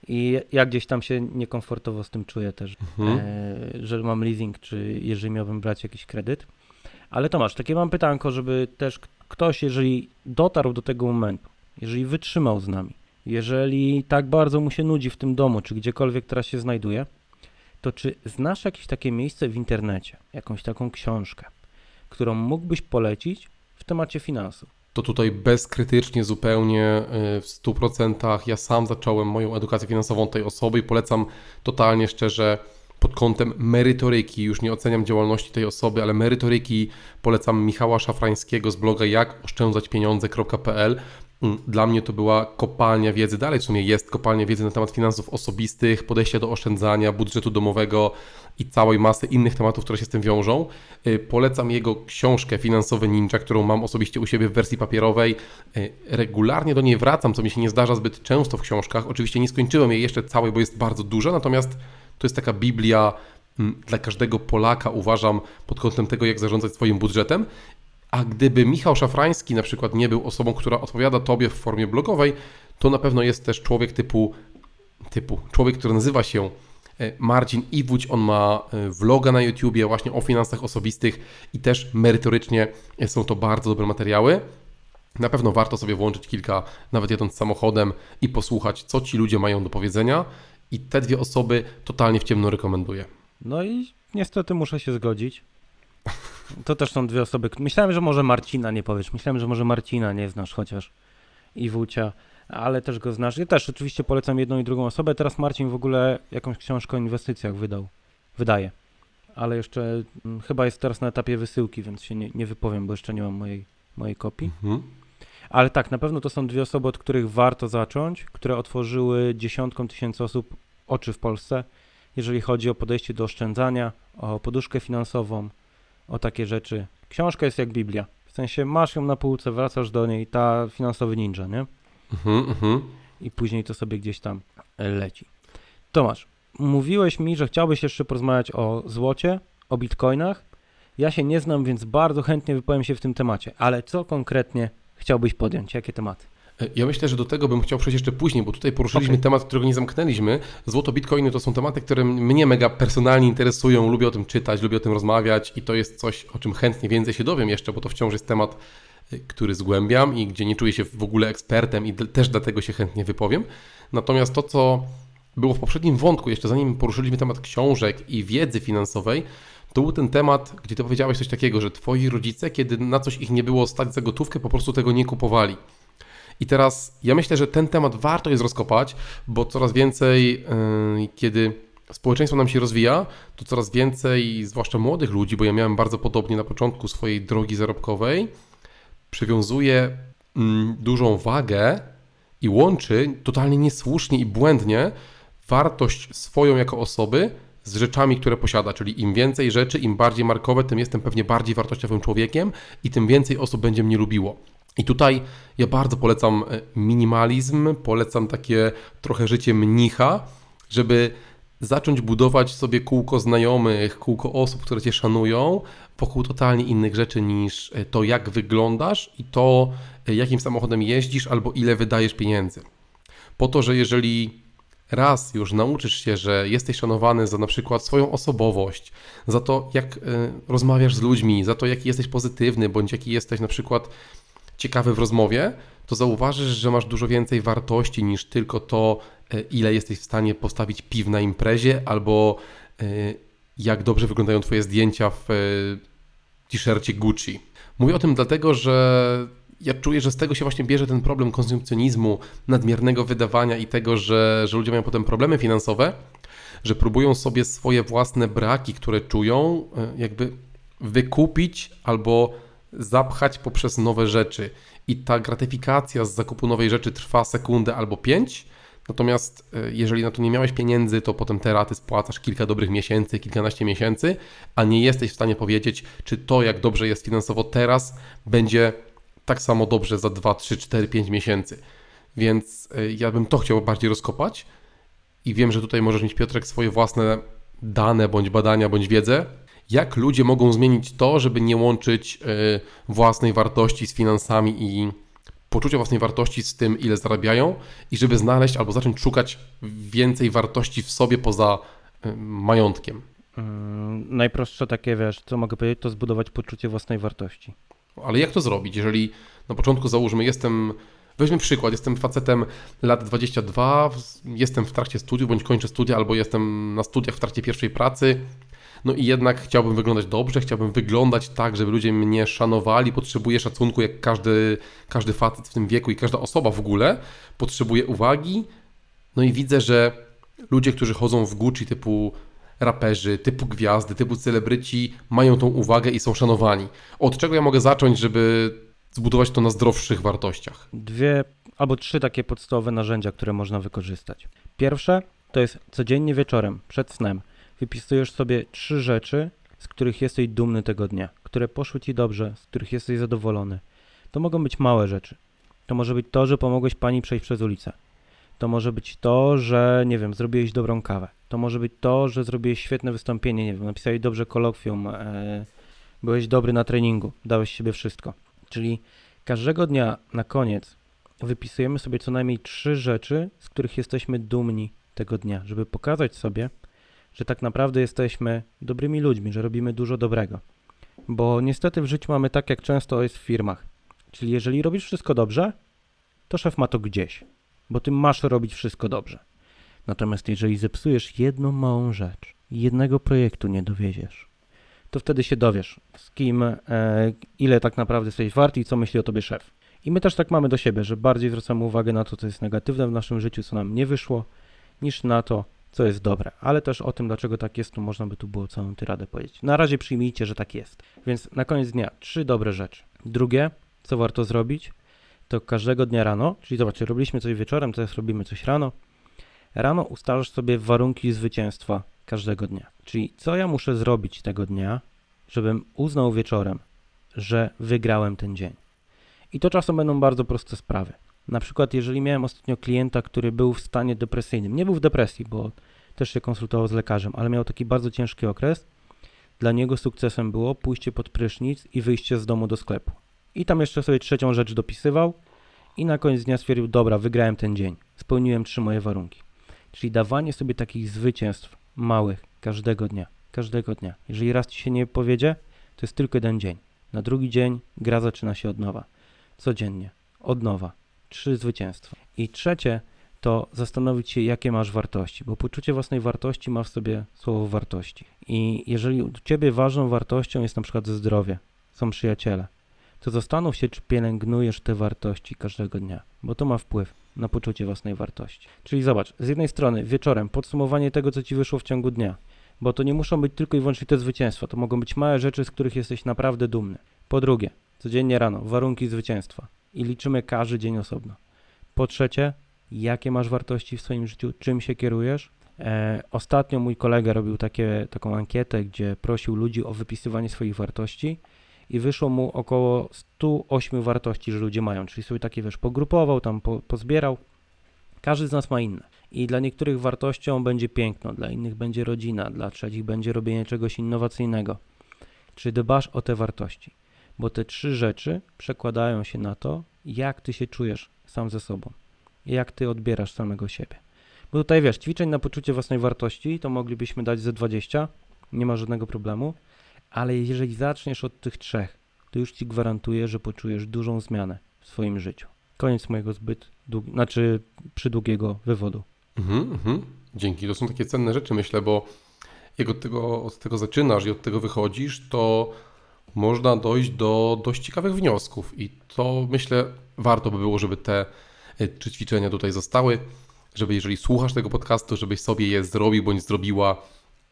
A: I ja gdzieś tam się niekomfortowo z tym czuję też,
B: Mhm.
A: e, że mam leasing, czy jeżeli miałbym brać jakiś kredyt. Ale Tomasz, takie mam pytanko, żeby też k- ktoś, jeżeli dotarł do tego momentu, jeżeli wytrzymał z nami, jeżeli tak bardzo mu się nudzi w tym domu, czy gdziekolwiek teraz się znajduje, to czy znasz jakieś takie miejsce w internecie, jakąś taką książkę, którą mógłbyś polecić w temacie finansów?
B: To tutaj bezkrytycznie zupełnie y, w stu procentach ja sam zacząłem moją edukację finansową tej osoby i polecam totalnie szczerze pod kątem merytoryki, już nie oceniam działalności tej osoby, ale merytoryki polecam Michała Szafrańskiego z bloga jak oszczędzać pieniądze kropka pe el. Dla mnie to była kopalnia wiedzy, dalej w sumie jest kopalnia wiedzy na temat finansów osobistych, podejścia do oszczędzania, budżetu domowego i całej masy innych tematów, które się z tym wiążą. Yy, Polecam jego książkę Finansowy Ninja, którą mam osobiście u siebie w wersji papierowej. Yy, Regularnie do niej wracam, co mi się nie zdarza zbyt często w książkach. Oczywiście nie skończyłem jej jeszcze całej, bo jest bardzo duża, natomiast to jest taka Biblia mm, dla każdego Polaka, uważam, pod kątem tego, jak zarządzać swoim budżetem. A gdyby Michał Szafrański na przykład nie był osobą, która odpowiada Tobie w formie blogowej, to na pewno jest też człowiek typu, typu człowiek, który nazywa się e, Marcin Iwódź. On ma e, vloga na YouTubie właśnie o finansach osobistych i też merytorycznie e, są to bardzo dobre materiały. Na pewno warto sobie włączyć kilka, nawet jadąc samochodem i posłuchać, co ci ludzie mają do powiedzenia. I te dwie osoby totalnie w ciemno rekomenduję.
A: No i niestety muszę się zgodzić. To też są dwie osoby. Myślałem, że może Marcina nie powiesz. Myślałem, że może Marcina nie znasz chociaż i Wucia, ale też go znasz. Ja też oczywiście polecam jedną i drugą osobę. Teraz Marcin w ogóle jakąś książkę o inwestycjach wydał. Wydaje. Ale jeszcze mm, chyba jest teraz na etapie wysyłki, więc się nie, nie wypowiem, bo jeszcze nie mam mojej, mojej kopii.
B: Mhm.
A: Ale tak, na pewno to są dwie osoby, od których warto zacząć, które otworzyły dziesiątkom tysięcy osób oczy w Polsce, jeżeli chodzi o podejście do oszczędzania, o poduszkę finansową, o takie rzeczy. Książka jest jak Biblia. W sensie masz ją na półce, wracasz do niej, ta Finansowy Ninja, nie?
B: Mhm, mhm.
A: I później to sobie gdzieś tam leci. Tomasz, mówiłeś mi, że chciałbyś jeszcze porozmawiać o złocie, o bitcoinach. Ja się nie znam, więc bardzo chętnie wypowiem się w tym temacie, ale co konkretnie chciałbyś podjąć? Jakie tematy?
B: Ja myślę, że do tego bym chciał przejść jeszcze później, bo tutaj poruszyliśmy
A: Okej.
B: temat, którego nie zamknęliśmy. Złoto, bitcoiny to są tematy, które mnie mega personalnie interesują, lubię o tym czytać, lubię o tym rozmawiać i to jest coś, o czym chętnie więcej się dowiem jeszcze, bo to wciąż jest temat, który zgłębiam i gdzie nie czuję się w ogóle ekspertem i też dlatego się chętnie wypowiem. Natomiast to, co było w poprzednim wątku, jeszcze zanim poruszyliśmy temat książek i wiedzy finansowej, to był ten temat, gdzie ty powiedziałeś coś takiego, że twoi rodzice, kiedy na coś ich nie było stać za gotówkę, po prostu tego nie kupowali. I teraz ja myślę, że ten temat warto jest rozkopać, bo coraz więcej, yy, kiedy społeczeństwo nam się rozwija, to coraz więcej, zwłaszcza młodych ludzi, bo ja miałem bardzo podobnie na początku swojej drogi zarobkowej, przywiązuje yy, dużą wagę i łączy totalnie niesłusznie i błędnie wartość swoją jako osoby z rzeczami, które posiada, czyli im więcej rzeczy, im bardziej markowe, tym jestem pewnie bardziej wartościowym człowiekiem i tym więcej osób będzie mnie lubiło. I tutaj ja bardzo polecam minimalizm, polecam takie trochę życie mnicha, żeby zacząć budować sobie kółko znajomych, kółko osób, które Cię szanują, wokół totalnie innych rzeczy niż to, jak wyglądasz i to, jakim samochodem jeździsz albo ile wydajesz pieniędzy. Po to, że jeżeli raz już nauczysz się, że jesteś szanowany za na przykład swoją osobowość, za to, jak y, rozmawiasz z ludźmi, za to, jaki jesteś pozytywny, bądź jaki jesteś na przykład ciekawy w rozmowie, to zauważysz, że masz dużo więcej wartości niż tylko to, ile jesteś w stanie postawić piw na imprezie albo jak dobrze wyglądają Twoje zdjęcia w t-shircie Gucci. Mówię o tym dlatego, że ja czuję, że z tego się właśnie bierze ten problem konsumpcjonizmu, nadmiernego wydawania i tego, że, że ludzie mają potem problemy finansowe, że próbują sobie swoje własne braki, które czują, jakby wykupić albo zapchać poprzez nowe rzeczy i ta gratyfikacja z zakupu nowej rzeczy trwa sekundę albo pięć, natomiast jeżeli na to nie miałeś pieniędzy, to potem te raty spłacasz kilka dobrych miesięcy, kilkanaście miesięcy, a nie jesteś w stanie powiedzieć, czy to, jak dobrze jest finansowo teraz, będzie tak samo dobrze za dwa, trzy, cztery, pięć miesięcy. Więc ja bym to chciał bardziej rozkopać i wiem, że tutaj możesz mieć, Piotrek, swoje własne dane, bądź badania, bądź wiedzę, jak ludzie mogą zmienić to, żeby nie łączyć y, własnej wartości z finansami i poczucia własnej wartości z tym, ile zarabiają i żeby znaleźć albo zacząć szukać więcej wartości w sobie poza y, majątkiem.
A: Hmm, najprostsze takie, wiesz, co mogę powiedzieć, to zbudować poczucie własnej wartości.
B: Ale jak to zrobić, jeżeli na początku załóżmy, jestem, weźmy przykład, jestem facetem lat dwadzieścia dwa, jestem w trakcie studiów, bądź kończę studia, albo jestem na studiach w trakcie pierwszej pracy, no i jednak chciałbym wyglądać dobrze, chciałbym wyglądać tak, żeby ludzie mnie szanowali, potrzebuję szacunku, jak każdy, każdy facet w tym wieku i każda osoba w ogóle, potrzebuje uwagi, no i widzę, że ludzie, którzy chodzą w Gucci typu raperzy, typu gwiazdy, typu celebryci mają tą uwagę i są szanowani. Od czego ja mogę zacząć, żeby zbudować to na zdrowszych wartościach?
A: Dwie albo trzy takie podstawowe narzędzia, które można wykorzystać. Pierwsze to jest codziennie wieczorem, przed snem, wypisujesz sobie trzy rzeczy, z których jesteś dumny tego dnia, które poszły ci dobrze, z których jesteś zadowolony. To mogą być małe rzeczy. To może być to, że pomogłeś pani przejść przez ulicę. To może być to, że, nie wiem, zrobiłeś dobrą kawę. To może być to, że zrobiłeś świetne wystąpienie, nie wiem, napisałeś dobrze kolokwium, e, byłeś dobry na treningu, dałeś siebie wszystko. Czyli każdego dnia na koniec wypisujemy sobie co najmniej trzy rzeczy, z których jesteśmy dumni tego dnia, żeby pokazać sobie, że tak naprawdę jesteśmy dobrymi ludźmi, że robimy dużo dobrego. Bo niestety w życiu mamy tak, jak często jest w firmach. Czyli jeżeli robisz wszystko dobrze, to szef ma to gdzieś, bo ty masz robić wszystko dobrze. Natomiast jeżeli zepsujesz jedną małą rzecz, jednego projektu nie dowieziesz, to wtedy się dowiesz, z kim, e, ile tak naprawdę jesteś wart i co myśli o tobie szef. I my też tak mamy do siebie, że bardziej zwracamy uwagę na to, co jest negatywne w naszym życiu, co nam nie wyszło, niż na to, co jest dobre. Ale też o tym, dlaczego tak jest, to można by tu było całą tyradę powiedzieć. Na razie przyjmijcie, że tak jest. Więc na koniec dnia trzy dobre rzeczy. Drugie, co warto zrobić, to każdego dnia rano, czyli zobaczcie, robiliśmy coś wieczorem, teraz robimy coś rano. Rano ustalasz sobie warunki zwycięstwa każdego dnia. Czyli co ja muszę zrobić tego dnia, żebym uznał wieczorem, że wygrałem ten dzień. I to czasem będą bardzo proste sprawy. Na przykład jeżeli miałem ostatnio klienta, który był w stanie depresyjnym, nie był w depresji, bo też się konsultował z lekarzem, ale miał taki bardzo ciężki okres, dla niego sukcesem było pójście pod prysznic i wyjście z domu do sklepu. I tam jeszcze sobie trzecią rzecz dopisywał i na koniec dnia stwierdził, dobra, wygrałem ten dzień, spełniłem trzy moje warunki. Czyli dawanie sobie takich zwycięstw małych każdego dnia, każdego dnia. Jeżeli raz ci się nie powiedzie, to jest tylko jeden dzień. Na drugi dzień gra zaczyna się od nowa. Codziennie, od nowa. Trzy zwycięstwa. I trzecie to zastanowić się, jakie masz wartości, bo poczucie własnej wartości ma w sobie słowo wartości. I jeżeli u ciebie ważną wartością jest na przykład zdrowie, są przyjaciele, to zastanów się, czy pielęgnujesz te wartości każdego dnia, bo to ma wpływ na poczucie własnej wartości. Czyli zobacz, z jednej strony wieczorem podsumowanie tego, co ci wyszło w ciągu dnia, bo to nie muszą być tylko i wyłącznie te zwycięstwa, to mogą być małe rzeczy, z których jesteś naprawdę dumny. Po drugie, codziennie rano, warunki zwycięstwa i liczymy każdy dzień osobno. Po trzecie, jakie masz wartości w swoim życiu, czym się kierujesz. E, ostatnio mój kolega robił takie, taką ankietę, gdzie prosił ludzi o wypisywanie swoich wartości i wyszło mu około sto osiem wartości, że ludzie mają, czyli sobie takie, wiesz, pogrupował, tam po, pozbierał. Każdy z nas ma inne i dla niektórych wartością będzie piękno, dla innych będzie rodzina, dla trzecich będzie robienie czegoś innowacyjnego. Czy dbasz o te wartości? Bo te trzy rzeczy przekładają się na to, jak ty się czujesz sam ze sobą, jak ty odbierasz samego siebie. Bo tutaj wiesz, ćwiczeń na poczucie własnej wartości to moglibyśmy dać ze dwadzieścia, nie ma żadnego problemu, ale jeżeli zaczniesz od tych trzech, to już ci gwarantuję, że poczujesz dużą zmianę w swoim życiu. Koniec mojego zbyt dług... znaczy przydługiego wywodu.
B: Mhm, mhm. Dzięki, to są takie cenne rzeczy, myślę, bo jak od tego, od tego zaczynasz i od tego wychodzisz, to można dojść do dość ciekawych wniosków i to myślę warto by było, żeby te trzy ćwiczenia tutaj zostały, żeby jeżeli słuchasz tego podcastu, żebyś sobie je zrobił bądź zrobiła,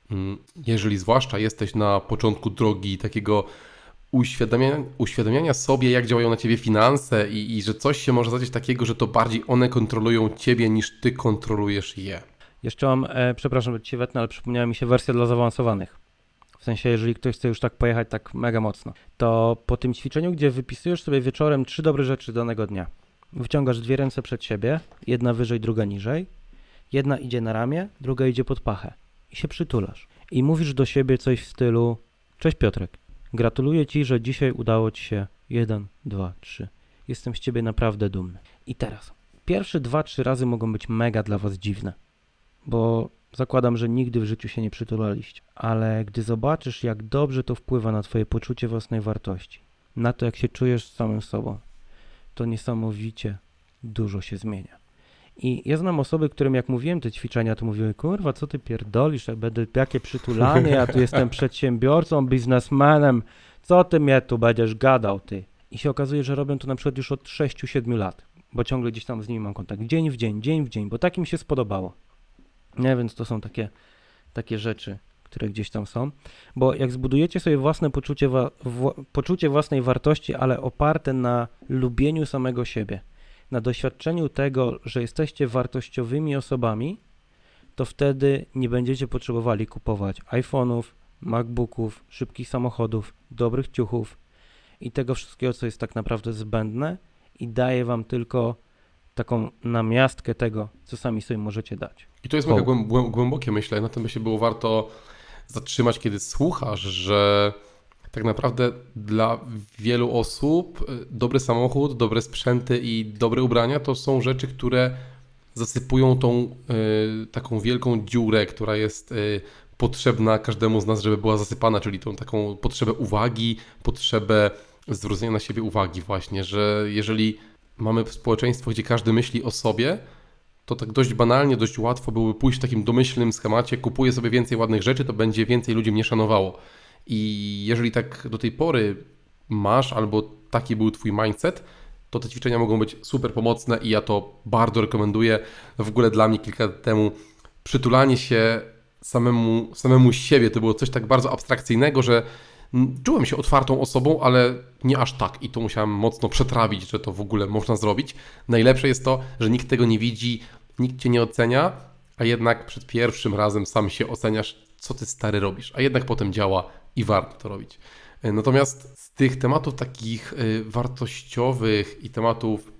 B: jeżeli zwłaszcza jesteś na początku drogi takiego uświadamiania, uświadamiania sobie, jak działają na ciebie finanse i, i że coś się może zadziać takiego, że to bardziej one kontrolują ciebie niż ty kontrolujesz je.
A: Jeszcze mam, e, przepraszam, że ci wetnę, ale przypomniała mi się wersja dla zaawansowanych. W sensie, jeżeli ktoś chce już tak pojechać tak mega mocno, to po tym ćwiczeniu, gdzie wypisujesz sobie wieczorem trzy dobre rzeczy danego dnia, wyciągasz dwie ręce przed siebie, jedna wyżej, druga niżej, jedna idzie na ramię, druga idzie pod pachę i się przytulasz. I mówisz do siebie coś w stylu: cześć Piotrek, gratuluję ci, że dzisiaj udało ci się jeden, dwa, trzy. Jestem z ciebie naprawdę dumny. I teraz, pierwsze dwa, trzy razy mogą być mega dla was dziwne, bo zakładam, że nigdy w życiu się nie przytulaliście, ale gdy zobaczysz, jak dobrze to wpływa na twoje poczucie własnej wartości, na to, jak się czujesz z samym sobą, to niesamowicie dużo się zmienia. I ja znam osoby, którym jak mówiłem te ćwiczenia, to mówiły, kurwa, co ty pierdolisz, ja będę jakie przytulanie, ja tu jestem przedsiębiorcą, biznesmenem, co ty mnie tu będziesz gadał, ty? I się okazuje, że robią to na przykład już od sześciu siedmiu lat, bo ciągle gdzieś tam z nimi mam kontakt, dzień w dzień, dzień w dzień, bo tak im się spodobało. Nie, więc to są takie, takie rzeczy, które gdzieś tam są, bo jak zbudujecie sobie własne poczucie, wa- w- poczucie własnej wartości, ale oparte na lubieniu samego siebie, na doświadczeniu tego, że jesteście wartościowymi osobami, to wtedy nie będziecie potrzebowali kupować iPhone'ów, MacBooków, szybkich samochodów, dobrych ciuchów i tego wszystkiego, co jest tak naprawdę zbędne i daje wam tylko taką namiastkę tego, co sami sobie możecie dać.
B: I to jest mega głę- głę- głębokie, myślę, na tym by się było warto zatrzymać, kiedy słuchasz, że tak naprawdę dla wielu osób dobry samochód, dobre sprzęty i dobre ubrania to są rzeczy, które zasypują tą y, taką wielką dziurę, która jest y, potrzebna każdemu z nas, żeby była zasypana, czyli tą taką potrzebę uwagi, potrzebę zwrócenia na siebie uwagi właśnie, że jeżeli mamy społeczeństwo, gdzie każdy myśli o sobie, to tak dość banalnie, dość łatwo byłoby pójść w takim domyślnym schemacie, kupuję sobie więcej ładnych rzeczy, to będzie więcej ludzi mnie szanowało. I jeżeli tak do tej pory masz, albo taki był twój mindset, to te ćwiczenia mogą być super pomocne i ja to bardzo rekomenduję. W ogóle dla mnie kilka lat temu przytulanie się samemu, samemu siebie to było coś tak bardzo abstrakcyjnego, że czułem się otwartą osobą, ale nie aż tak i to musiałem mocno przetrawić, że to w ogóle można zrobić. Najlepsze jest to, że nikt tego nie widzi, nikt cię nie ocenia, a jednak przed pierwszym razem sam się oceniasz, co ty stary robisz, a jednak potem działa i warto to robić. Natomiast z tych tematów takich wartościowych i tematów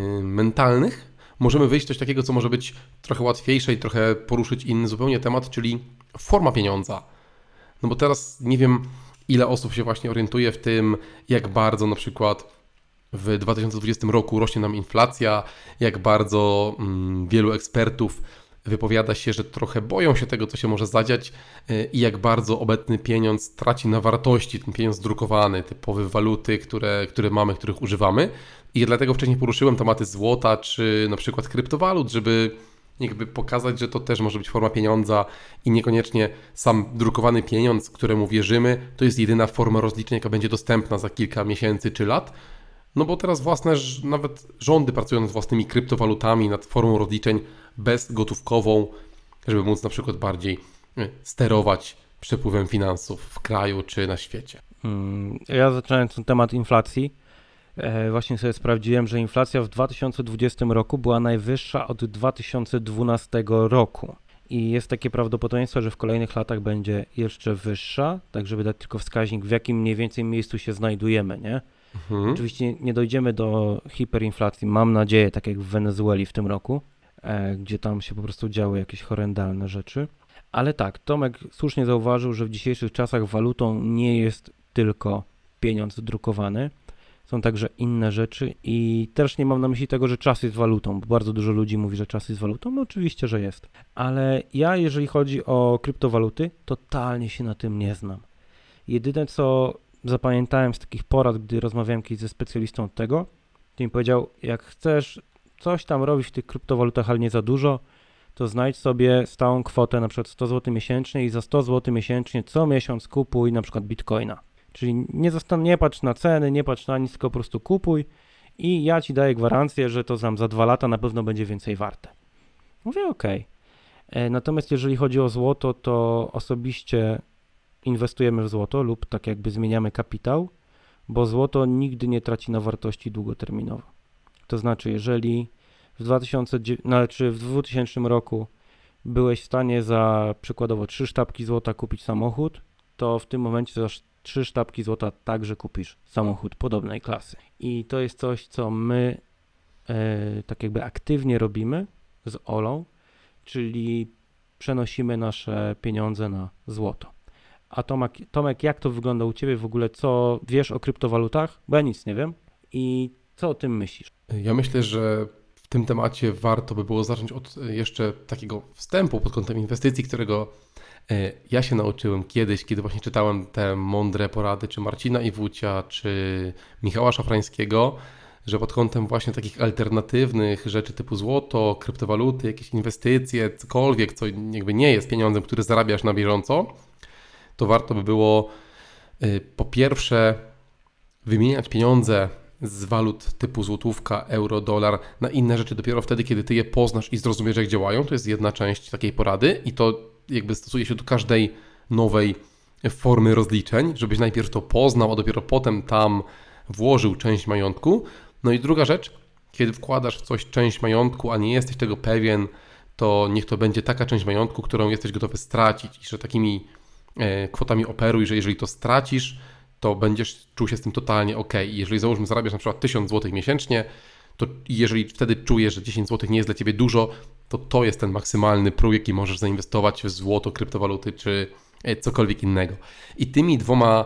B: mentalnych możemy wyjść do coś takiego, co może być trochę łatwiejsze i trochę poruszyć inny zupełnie temat, czyli forma pieniądza. No bo teraz nie wiem, ile osób się właśnie orientuje w tym, jak bardzo na przykład w dwa tysiące dwudziestym roku rośnie nam inflacja, jak bardzo mm, wielu ekspertów wypowiada się, że trochę boją się tego, co się może zadziać i jak bardzo obecny pieniądz traci na wartości, ten pieniądz drukowany, typowe waluty, które, które mamy, których używamy. I dlatego wcześniej poruszyłem tematy złota, czy na przykład kryptowalut, żeby jakby pokazać, że to też może być forma pieniądza i niekoniecznie sam drukowany pieniądz, któremu wierzymy, to jest jedyna forma rozliczeń, jaka będzie dostępna za kilka miesięcy czy lat. No bo teraz własne, nawet rządy pracują nad własnymi kryptowalutami, nad formą rozliczeń bezgotówkową, żeby móc na przykład bardziej sterować przepływem finansów w kraju czy na świecie.
A: Ja zaczynając ten temat inflacji, właśnie sobie sprawdziłem, że inflacja w dwa tysiące dwudziestym roku była najwyższa od dwa tysiące dwunastego roku. I jest takie prawdopodobieństwo, że w kolejnych latach będzie jeszcze wyższa, tak żeby dać tylko wskaźnik, w jakim mniej więcej miejscu się znajdujemy, nie? Mhm. Oczywiście nie dojdziemy do hiperinflacji, mam nadzieję, tak jak w Wenezueli w tym roku, e, gdzie tam się po prostu działy jakieś horrendalne rzeczy. Ale tak, Tomek słusznie zauważył, że w dzisiejszych czasach walutą nie jest tylko pieniądz drukowany, są także inne rzeczy i też nie mam na myśli tego, że czas jest walutą, bo bardzo dużo ludzi mówi, że czas jest walutą, no oczywiście, że jest. Ale ja, jeżeli chodzi o kryptowaluty, totalnie się na tym nie znam. Jedyne, co zapamiętałem z takich porad, gdy rozmawiałem kiedyś ze specjalistą od tego, to mi powiedział, jak chcesz coś tam robić w tych kryptowalutach, ale nie za dużo, to znajdź sobie stałą kwotę, na przykład sto złotych miesięcznie i za sto złotych miesięcznie co miesiąc kupuj na przykład bitcoina. Czyli nie, zastan- nie patrz na ceny, nie patrz na nic, tylko po prostu kupuj i ja ci daję gwarancję, że to tam za dwa lata na pewno będzie więcej warte. Mówię okej. Okay. Natomiast jeżeli chodzi o złoto, to osobiście inwestujemy w złoto lub tak jakby zmieniamy kapitał, bo złoto nigdy nie traci na wartości długoterminowo. To znaczy, jeżeli w, dwa tysiące, znaczy w dwutysięcznym roku byłeś w stanie za przykładowo trzy sztabki złota kupić samochód, to w tym momencie za trzy sztabki złota także kupisz samochód podobnej klasy. I to jest coś, co my e, tak jakby aktywnie robimy z Olą, czyli przenosimy nasze pieniądze na złoto. A Tomek, Tomek, jak to wygląda u Ciebie w ogóle? Co wiesz o kryptowalutach? Bo ja nic nie wiem. I Co o tym myślisz?
B: Ja myślę, że w tym temacie warto by było zacząć od jeszcze takiego wstępu pod kątem inwestycji, którego ja się nauczyłem kiedyś, kiedy właśnie czytałem te mądre porady czy Marcina Iwucia, czy Michała Szafrańskiego, że pod kątem właśnie takich alternatywnych rzeczy typu złoto, kryptowaluty, jakieś inwestycje, cokolwiek, co jakby nie jest pieniądzem, który zarabiasz na bieżąco, to warto by było po pierwsze wymieniać pieniądze z walut typu złotówka, euro, dolar na inne rzeczy dopiero wtedy, kiedy ty je poznasz i zrozumiesz, jak działają. To jest jedna część takiej porady i to jakby stosuje się do każdej nowej formy rozliczeń, żebyś najpierw to poznał, a dopiero potem tam włożył część majątku. No i druga rzecz, kiedy wkładasz w coś część majątku, a nie jesteś tego pewien, to niech to będzie taka część majątku, którą jesteś gotowy stracić i że takimi kwotami operuj, że jeżeli to stracisz, to będziesz czuł się z tym totalnie ok. I jeżeli załóżmy zarabiasz na przykład tysiąc złotych miesięcznie, to jeżeli wtedy czujesz, że dziesięć złotych nie jest dla Ciebie dużo, to to jest ten maksymalny próg, jaki możesz zainwestować w złoto, kryptowaluty czy cokolwiek innego. I tymi dwoma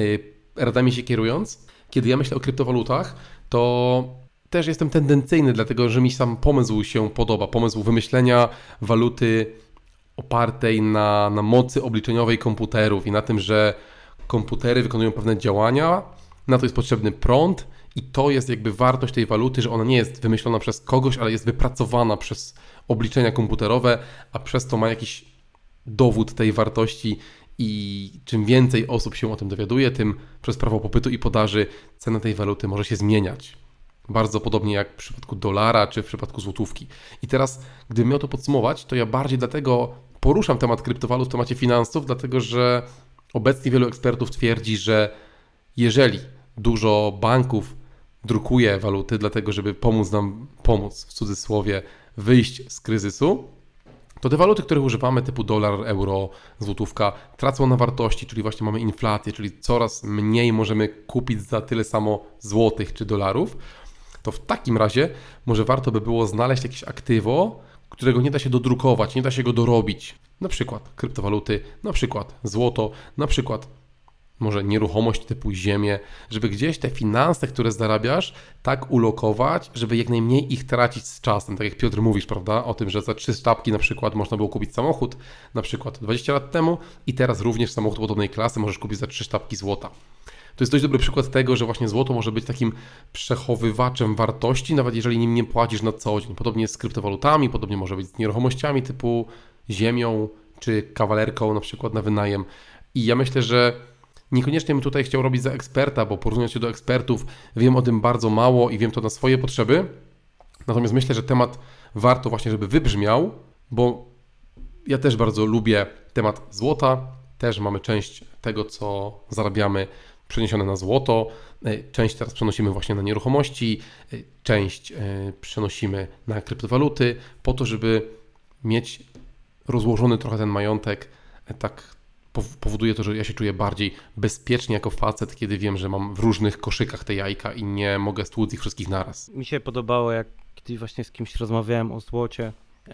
B: radami się kierując, kiedy ja myślę o kryptowalutach, to też jestem tendencyjny, dlatego że mi sam pomysł się podoba. Pomysł wymyślenia waluty opartej na, na mocy obliczeniowej komputerów i na tym, że komputery wykonują pewne działania, na to jest potrzebny prąd i to jest jakby wartość tej waluty, że ona nie jest wymyślona przez kogoś, ale jest wypracowana przez obliczenia komputerowe, a przez to ma jakiś dowód tej wartości i czym więcej osób się o tym dowiaduje, tym przez prawo popytu i podaży cena tej waluty może się zmieniać. Bardzo podobnie jak w przypadku dolara czy w przypadku złotówki. I teraz, gdybym miał to podsumować, to ja bardziej dlatego poruszam temat kryptowalut w temacie finansów, dlatego że obecnie wielu ekspertów twierdzi, że jeżeli dużo banków drukuje waluty, dlatego żeby pomóc nam, pomóc w cudzysłowie, wyjść z kryzysu, to te waluty, których używamy typu dolar, euro, złotówka tracą na wartości, czyli właśnie mamy inflację, czyli coraz mniej możemy kupić za tyle samo złotych czy dolarów, to w takim razie może warto by było znaleźć jakieś aktywo, którego nie da się dodrukować, nie da się go dorobić. Na przykład kryptowaluty, na przykład złoto, na przykład może nieruchomość typu ziemię, żeby gdzieś te finanse, które zarabiasz, tak ulokować, żeby jak najmniej ich tracić z czasem. Tak jak Piotr mówisz, prawda, o tym, że za trzy sztabki na przykład można było kupić samochód, na przykład dwadzieścia lat temu i teraz również samochód podobnej klasy możesz kupić za trzy sztabki złota. To jest dość dobry przykład tego, że właśnie złoto może być takim przechowywaczem wartości, nawet jeżeli nim nie płacisz na co dzień. Podobnie jest z kryptowalutami, podobnie może być z nieruchomościami typu ziemią czy kawalerką na przykład na wynajem. I ja myślę, że niekoniecznie bym tutaj chciał robić za eksperta, bo porównując się do ekspertów wiem o tym bardzo mało i wiem to na swoje potrzeby. Natomiast myślę, że temat warto właśnie, żeby wybrzmiał, bo ja też bardzo lubię temat złota. Też mamy część tego, co zarabiamy, przeniesione na złoto, część teraz przenosimy właśnie na nieruchomości, część przenosimy na kryptowaluty po to, żeby mieć rozłożony trochę ten majątek. Tak powoduje to, że ja się czuję bardziej bezpiecznie jako facet, kiedy wiem, że mam w różnych koszykach te jajka i nie mogę stłuc ich wszystkich naraz.
A: Mi się podobało, jak kiedyś właśnie z kimś rozmawiałem o złocie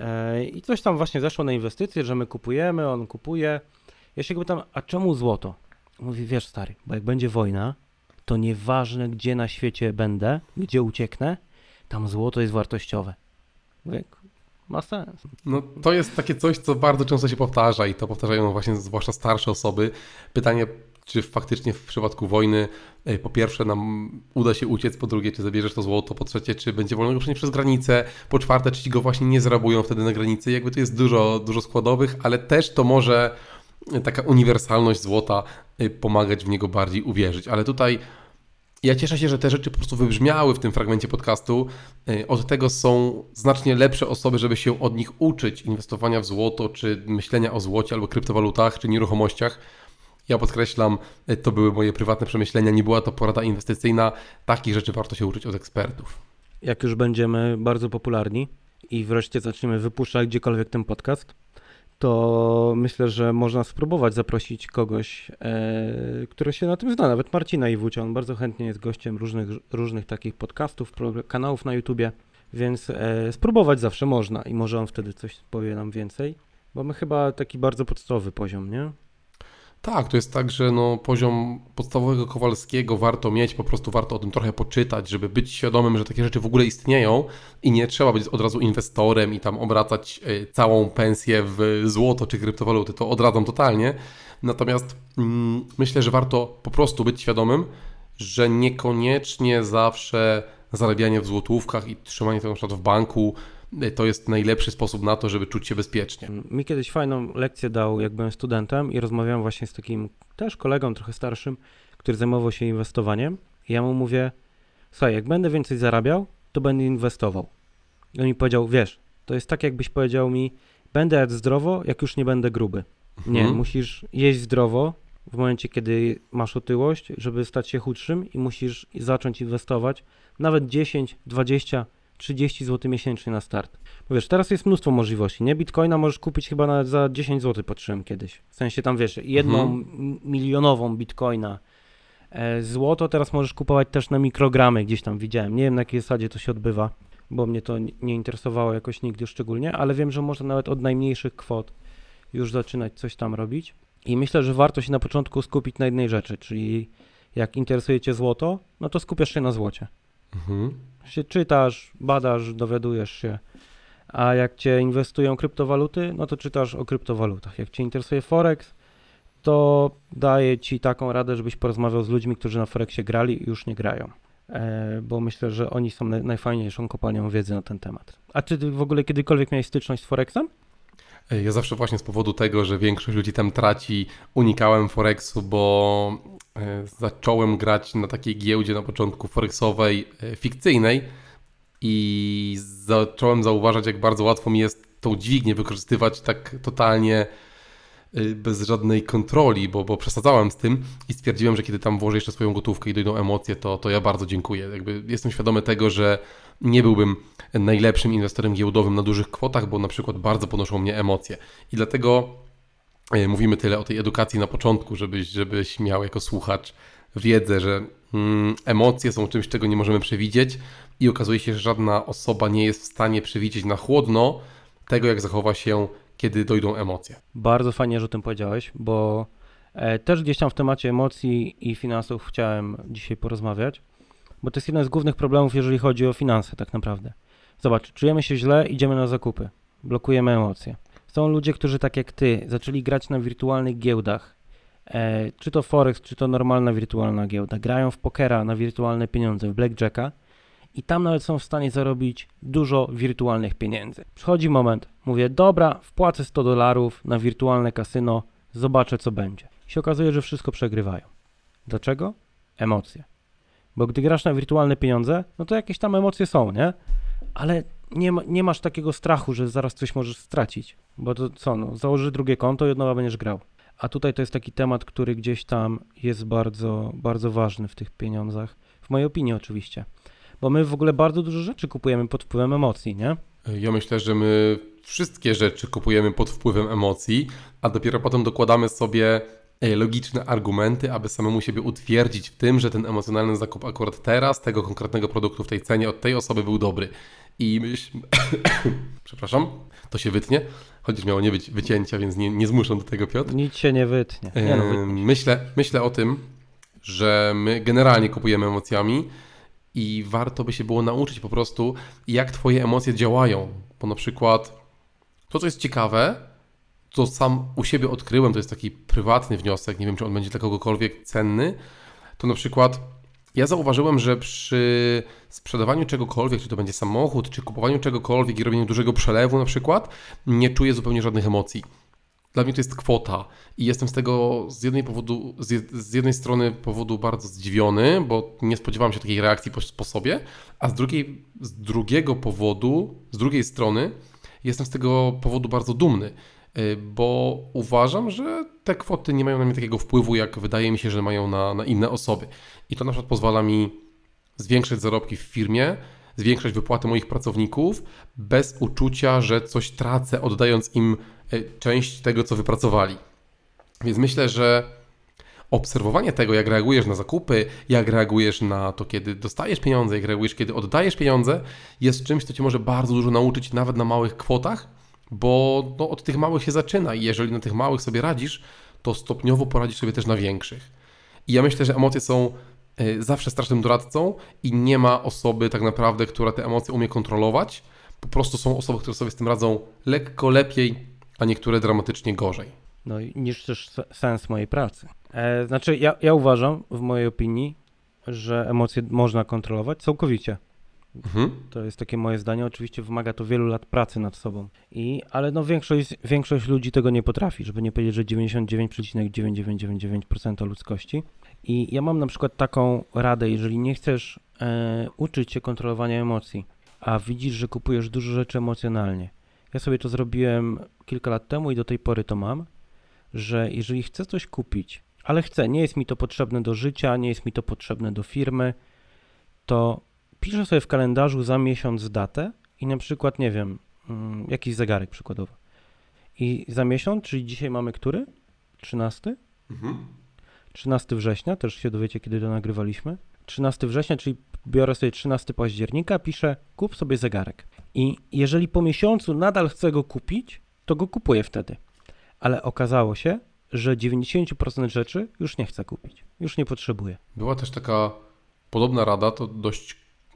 A: i coś tam właśnie zeszło na inwestycje, że my kupujemy, on kupuje. Ja się go pytam, a czemu złoto? Mówi, wiesz stary, bo jak będzie wojna, to nieważne gdzie na świecie będę, gdzie ucieknę, tam złoto jest wartościowe. Mówię, ma sens.
B: No to jest takie coś, co bardzo często się powtarza i to powtarzają właśnie zwłaszcza starsze osoby. Pytanie, czy faktycznie w przypadku wojny po pierwsze nam uda się uciec, po drugie, czy zabierzesz to złoto, po trzecie, czy będzie wolno go przenieść przez granicę, po czwarte, czy ci go właśnie nie zrabują wtedy na granicy. Jakby tu jest dużo, dużo składowych, ale też to może taka uniwersalność złota pomagać w niego bardziej uwierzyć. Ale tutaj ja cieszę się, że te rzeczy po prostu wybrzmiały w tym fragmencie podcastu. Od tego są znacznie lepsze osoby, żeby się od nich uczyć inwestowania w złoto, czy myślenia o złocie, albo kryptowalutach, czy nieruchomościach. Ja podkreślam, to były moje prywatne przemyślenia, nie była to porada inwestycyjna. Takich rzeczy warto się uczyć od ekspertów.
A: Jak już będziemy bardzo popularni i wreszcie zaczniemy wypuszczać gdziekolwiek ten podcast, to myślę, że można spróbować zaprosić kogoś, e, który się na tym zna, nawet Marcina Iwucia. On bardzo chętnie jest gościem różnych, różnych takich podcastów, kanałów na YouTubie, więc e, spróbować zawsze można i może on wtedy coś powie nam więcej, bo my chyba taki bardzo podstawowy poziom, nie?
B: Tak, to jest tak, że no, poziom podstawowego Kowalskiego warto mieć, po prostu warto o tym trochę poczytać, żeby być świadomym, że takie rzeczy w ogóle istnieją i nie trzeba być od razu inwestorem i tam obracać całą pensję w złoto czy kryptowaluty. To odradzam totalnie. Natomiast mm, myślę, że warto po prostu być świadomym, że niekoniecznie zawsze zarabianie w złotówkach i trzymanie tego na przykład w banku to jest najlepszy sposób na to, żeby czuć się bezpiecznie.
A: Mi kiedyś fajną lekcję dał, jak byłem studentem i rozmawiałem właśnie z takim też kolegą trochę starszym, który zajmował się inwestowaniem. I ja mu mówię, słuchaj, jak będę więcej zarabiał, to będę inwestował. I on mi powiedział, wiesz, to jest tak jakbyś powiedział mi, będę jadł zdrowo, jak już nie będę gruby. Nie,
B: Mhm.
A: musisz jeść zdrowo w momencie, kiedy masz otyłość, żeby stać się chudszym i musisz zacząć inwestować nawet dziesięć, dwadzieścia, trzydzieści złotych miesięcznie na start. Bo wiesz, teraz jest mnóstwo możliwości, nie? Bitcoina możesz kupić chyba nawet za dziesięć złotych, patrzyłem kiedyś. W sensie tam, wiesz, jedną
B: Mhm.
A: milionową bitcoina. E, złoto teraz możesz kupować też na mikrogramy, gdzieś tam widziałem. Nie wiem, na jakiej zasadzie to się odbywa, bo mnie to nie interesowało jakoś nigdy szczególnie, ale wiem, że można nawet od najmniejszych kwot już zaczynać coś tam robić. I myślę, że warto się na początku skupić na jednej rzeczy, czyli jak interesuje cię złoto, no to skupiasz się na złocie.
B: Mhm.
A: Się czytasz, badasz, dowiadujesz się, a jak cię inwestują kryptowaluty, no to czytasz o kryptowalutach. Jak cię interesuje Forex, to daję ci taką radę, żebyś porozmawiał z ludźmi, którzy na Forexie grali i już nie grają, e, bo myślę, że oni są naj, najfajniejszą kopalnią wiedzy na ten temat. A czy ty w ogóle kiedykolwiek miałeś styczność z Forexem?
B: Ja zawsze właśnie z powodu tego, że większość ludzi tam traci, unikałem Forexu, bo e, zacząłem grać na takiej giełdzie na początku forexowej, e, fikcyjnej i zacząłem zauważać, jak bardzo łatwo mi jest tą dźwignię wykorzystywać tak totalnie e, bez żadnej kontroli, bo, bo przesadzałem z tym i stwierdziłem, że kiedy tam włożę jeszcze swoją gotówkę i dojdą emocje, to, to ja bardzo dziękuję. Jakby jestem świadomy tego, że nie byłbym najlepszym inwestorem giełdowym na dużych kwotach, bo na przykład bardzo podnoszą mnie emocje. I dlatego e, mówimy tyle o tej edukacji na początku, żebyś, żebyś miał jako słuchacz wiedzę, że mm, emocje są czymś, czego nie możemy przewidzieć i okazuje się, że żadna osoba nie jest w stanie przewidzieć na chłodno tego, jak zachowa się, kiedy dojdą emocje.
A: Bardzo fajnie, że o tym powiedziałeś, bo e, też gdzieś tam w temacie emocji i finansów chciałem dzisiaj porozmawiać, bo to jest jeden z głównych problemów, jeżeli chodzi o finanse tak naprawdę. Zobacz, czujemy się źle, idziemy na zakupy, blokujemy emocje. Są ludzie, którzy tak jak ty zaczęli grać na wirtualnych giełdach, e, czy to Forex, czy to normalna wirtualna giełda, grają w pokera na wirtualne pieniądze, w blackjacka i tam nawet są w stanie zarobić dużo wirtualnych pieniędzy. Przychodzi moment, mówię, dobra, wpłacę sto dolarów na wirtualne kasyno, zobaczę co będzie. I się okazuje, że wszystko przegrywają. Dlaczego? Emocje. Bo gdy grasz na wirtualne pieniądze, no to jakieś tam emocje są, nie? Ale nie, ma, nie masz takiego strachu, że zaraz coś możesz stracić. Bo to co, no, założysz drugie konto i od nowa będziesz grał. A tutaj to jest taki temat, który gdzieś tam jest bardzo, bardzo ważny w tych pieniądzach. W mojej opinii oczywiście. Bo my w ogóle bardzo dużo rzeczy kupujemy pod wpływem emocji, nie?
B: Ja myślę, że my wszystkie rzeczy kupujemy pod wpływem emocji, a dopiero potem dokładamy sobie logiczne argumenty, aby samemu siebie utwierdzić w tym, że ten emocjonalny zakup akurat teraz, tego konkretnego produktu w tej cenie od tej osoby był dobry. I myśl... Przepraszam, to się wytnie, chociaż miało nie być wycięcia, więc nie, nie zmuszam do tego, Piotr.
A: Nic się nie wytnie. Nie no, wytnie.
B: Myślę, myślę o tym, że my generalnie kupujemy emocjami i warto by się było nauczyć po prostu, jak twoje emocje działają. Bo na przykład to, co jest ciekawe, to sam u siebie odkryłem, to jest taki prywatny wniosek, nie wiem, czy on będzie dla kogokolwiek cenny, to na przykład ja zauważyłem, że przy sprzedawaniu czegokolwiek, czy to będzie samochód, czy kupowaniu czegokolwiek i robieniu dużego przelewu na przykład, nie czuję zupełnie żadnych emocji. Dla mnie to jest kwota i jestem z tego z jednej, powodu, z, jed, z jednej strony powodu bardzo zdziwiony, bo nie spodziewałem się takiej reakcji po, po sobie, a z, drugiej, z drugiego powodu, z drugiej strony jestem z tego powodu bardzo dumny, bo uważam, że te kwoty nie mają na mnie takiego wpływu, jak wydaje mi się, że mają na, na inne osoby. I to na przykład pozwala mi zwiększać zarobki w firmie, zwiększać wypłaty moich pracowników bez uczucia, że coś tracę, oddając im część tego, co wypracowali. Więc myślę, że obserwowanie tego, jak reagujesz na zakupy, jak reagujesz na to, kiedy dostajesz pieniądze, jak reagujesz, kiedy oddajesz pieniądze, jest czymś, co cię może bardzo dużo nauczyć, nawet na małych kwotach, bo no, od tych małych się zaczyna i jeżeli na tych małych sobie radzisz, to stopniowo poradzisz sobie też na większych. I ja myślę, że emocje są zawsze strasznym doradcą i nie ma osoby tak naprawdę, która te emocje umie kontrolować. Po prostu są osoby, które sobie z tym radzą lekko lepiej, a niektóre dramatycznie gorzej.
A: No i niszczysz sens mojej pracy. E, znaczy ja, ja uważam, w mojej opinii, że emocje można kontrolować całkowicie.
B: Mhm.
A: To jest takie moje zdanie. Oczywiście wymaga to wielu lat pracy nad sobą. I, ale no większość, większość ludzi tego nie potrafi, żeby nie powiedzieć, że dziewięćdziesiąt dziewięć przecinek dziewięćset dziewięćdziesiąt dziewięć procent ludzkości. I ja mam na przykład taką radę, jeżeli nie chcesz e, uczyć się kontrolowania emocji, a widzisz, że kupujesz dużo rzeczy emocjonalnie. Ja sobie to zrobiłem kilka lat temu i do tej pory to mam, że jeżeli chcę coś kupić, ale chcę, nie jest mi to potrzebne do życia, nie jest mi to potrzebne do firmy, to piszę sobie w kalendarzu za miesiąc datę i na przykład, nie wiem, jakiś zegarek przykładowo. I za miesiąc, czyli dzisiaj mamy który? trzynasty?
B: Mhm.
A: trzynastego września, też się dowiecie, kiedy to nagrywaliśmy. trzynastego września, czyli biorę sobie trzynastego października, piszę kup sobie zegarek. I jeżeli po miesiącu nadal chcę go kupić, to go kupuję wtedy. Ale okazało się, że dziewięćdziesiąt procent rzeczy już nie chcę kupić. Już nie potrzebuję.
B: Była też taka podobna rada, to dość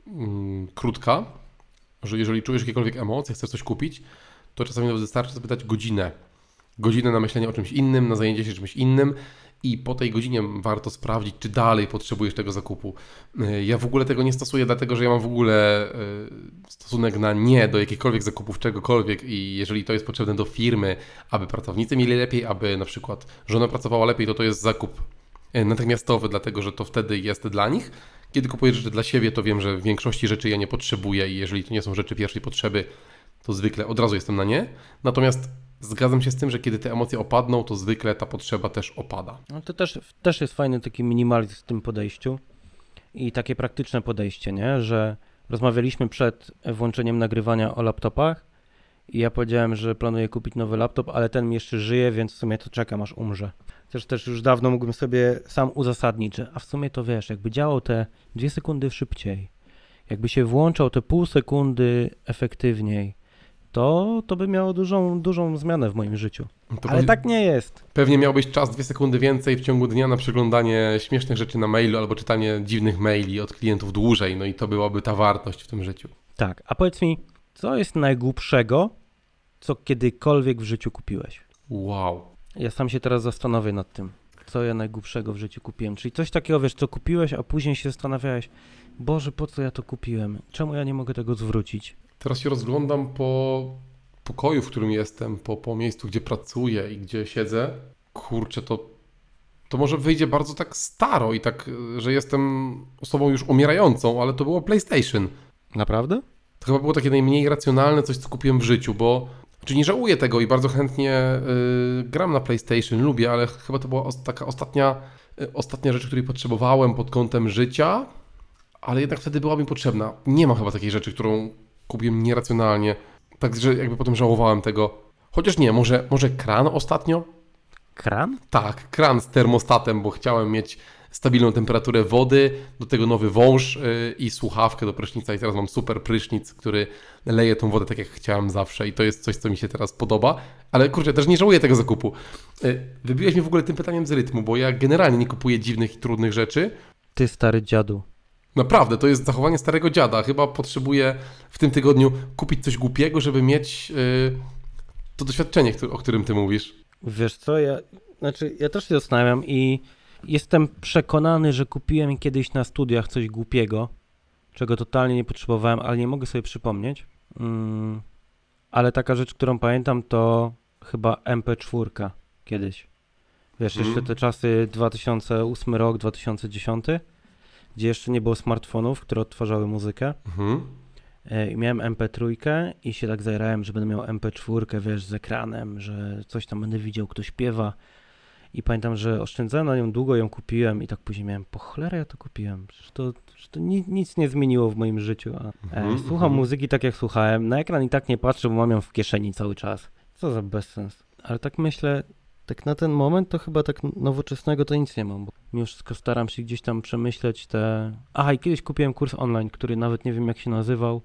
B: mm, krótka, że jeżeli czujesz jakiekolwiek emocje, chcesz coś kupić, to czasami nawet wystarczy zapytać godzinę. Godzinę na myślenie o czymś innym, na zajęcie się czymś innym i po tej godzinie warto sprawdzić, czy dalej potrzebujesz tego zakupu. Ja w ogóle tego nie stosuję, dlatego że ja mam w ogóle stosunek na nie do jakichkolwiek zakupów, czegokolwiek i jeżeli to jest potrzebne do firmy, aby pracownicy mieli lepiej, aby na przykład żona pracowała lepiej, to to jest zakup natychmiastowy, dlatego że to wtedy jest dla nich. Kiedy kupuję rzeczy dla siebie, to wiem, że w większości rzeczy ja nie potrzebuję i jeżeli to nie są rzeczy pierwszej potrzeby, to zwykle od razu jestem na nie. Natomiast zgadzam się z tym, że kiedy te emocje opadną, to zwykle ta potrzeba też opada.
A: No to też, też jest fajny taki minimalizm w tym podejściu i takie praktyczne podejście, nie? Że rozmawialiśmy przed włączeniem nagrywania o laptopach i ja powiedziałem, że planuję kupić nowy laptop, ale ten mi jeszcze żyje, więc w sumie to czekam, aż umrze. Też też już dawno mógłbym sobie sam uzasadnić, że a w sumie to wiesz, jakby działał te dwie sekundy szybciej, jakby się włączał te pół sekundy efektywniej, to, to by miało dużą, dużą zmianę w moim życiu.
B: To
A: Ale
B: pewnie,
A: tak nie jest.
B: Pewnie miałbyś czas dwie sekundy więcej w ciągu dnia na przeglądanie śmiesznych rzeczy na mailu albo czytanie dziwnych maili od klientów dłużej, no i to byłaby ta wartość w tym życiu.
A: Tak, a powiedz mi, co jest najgłupszego, co kiedykolwiek w życiu kupiłeś?
B: Wow.
A: Ja sam się teraz zastanowię nad tym, co ja najgłupszego w życiu kupiłem. Czyli coś takiego, wiesz, co kupiłeś, a później się zastanawiałeś, Boże, po co ja to kupiłem? Czemu ja nie mogę tego zwrócić?
B: Teraz się rozglądam po pokoju, w którym jestem, po, po miejscu, gdzie pracuję i gdzie siedzę. Kurczę, to, to może wyjdzie bardzo tak staro i tak, że jestem osobą już umierającą, ale to było PlayStation.
A: Naprawdę?
B: To chyba było takie najmniej racjonalne coś, co kupiłem w życiu, bo znaczy nie żałuję tego i bardzo chętnie y, gram na PlayStation, lubię, ale chyba to była os- taka ostatnia, y, ostatnia rzecz, której potrzebowałem pod kątem życia, ale jednak wtedy była mi potrzebna. Nie ma chyba takiej rzeczy, którą kupiłem nieracjonalnie, także jakby potem żałowałem tego. Chociaż nie, może, może kran ostatnio?
A: Kran?
B: Tak, kran z termostatem, bo chciałem mieć stabilną temperaturę wody, do tego nowy wąż yy, i słuchawkę do prysznica i teraz mam super prysznic, który leje tą wodę tak jak chciałem zawsze i to jest coś, co mi się teraz podoba, ale kurczę, też nie żałuję tego zakupu. Yy, wybiłeś mnie w ogóle tym pytaniem z rytmu, bo ja generalnie nie kupuję dziwnych i trudnych rzeczy.
A: Ty stary dziadu.
B: Naprawdę, to jest zachowanie starego dziada. Chyba potrzebuję w tym tygodniu kupić coś głupiego, żeby mieć yy, to doświadczenie, o którym ty mówisz.
A: Wiesz co, ja, znaczy ja też się zastanawiam i jestem przekonany, że kupiłem kiedyś na studiach coś głupiego, czego totalnie nie potrzebowałem, ale nie mogę sobie przypomnieć. Mm, ale taka rzecz, którą pamiętam, to chyba em pe cztery kiedyś. Wiesz,
B: Mhm.
A: jeszcze te czasy dwa tysiące ósmy rok, dwa tysiące dziesiąty, gdzie jeszcze nie było smartfonów, które odtwarzały muzykę.
B: Mhm.
A: E, I miałem em pe trzy i się tak zajrałem, że będę miał em pe cztery, wiesz, z ekranem, że coś tam będę widział, kto śpiewa. I pamiętam, że oszczędzałem na nią długo, ją kupiłem i tak później miałem, po cholerę ja to kupiłem, przecież to, przecież to nic, nic nie zmieniło w moim życiu. A, e,
B: Mhm,
A: słucham
B: mhm.
A: muzyki tak jak słuchałem, na ekran i tak nie patrzę, bo mam ją w kieszeni cały czas. Co za bezsens. Ale tak myślę, tak na ten moment to chyba tak nowoczesnego to nic nie mam, bo mimo wszystko staram się gdzieś tam przemyśleć te... Aha, i kiedyś kupiłem kurs online, który nawet nie wiem jak się nazywał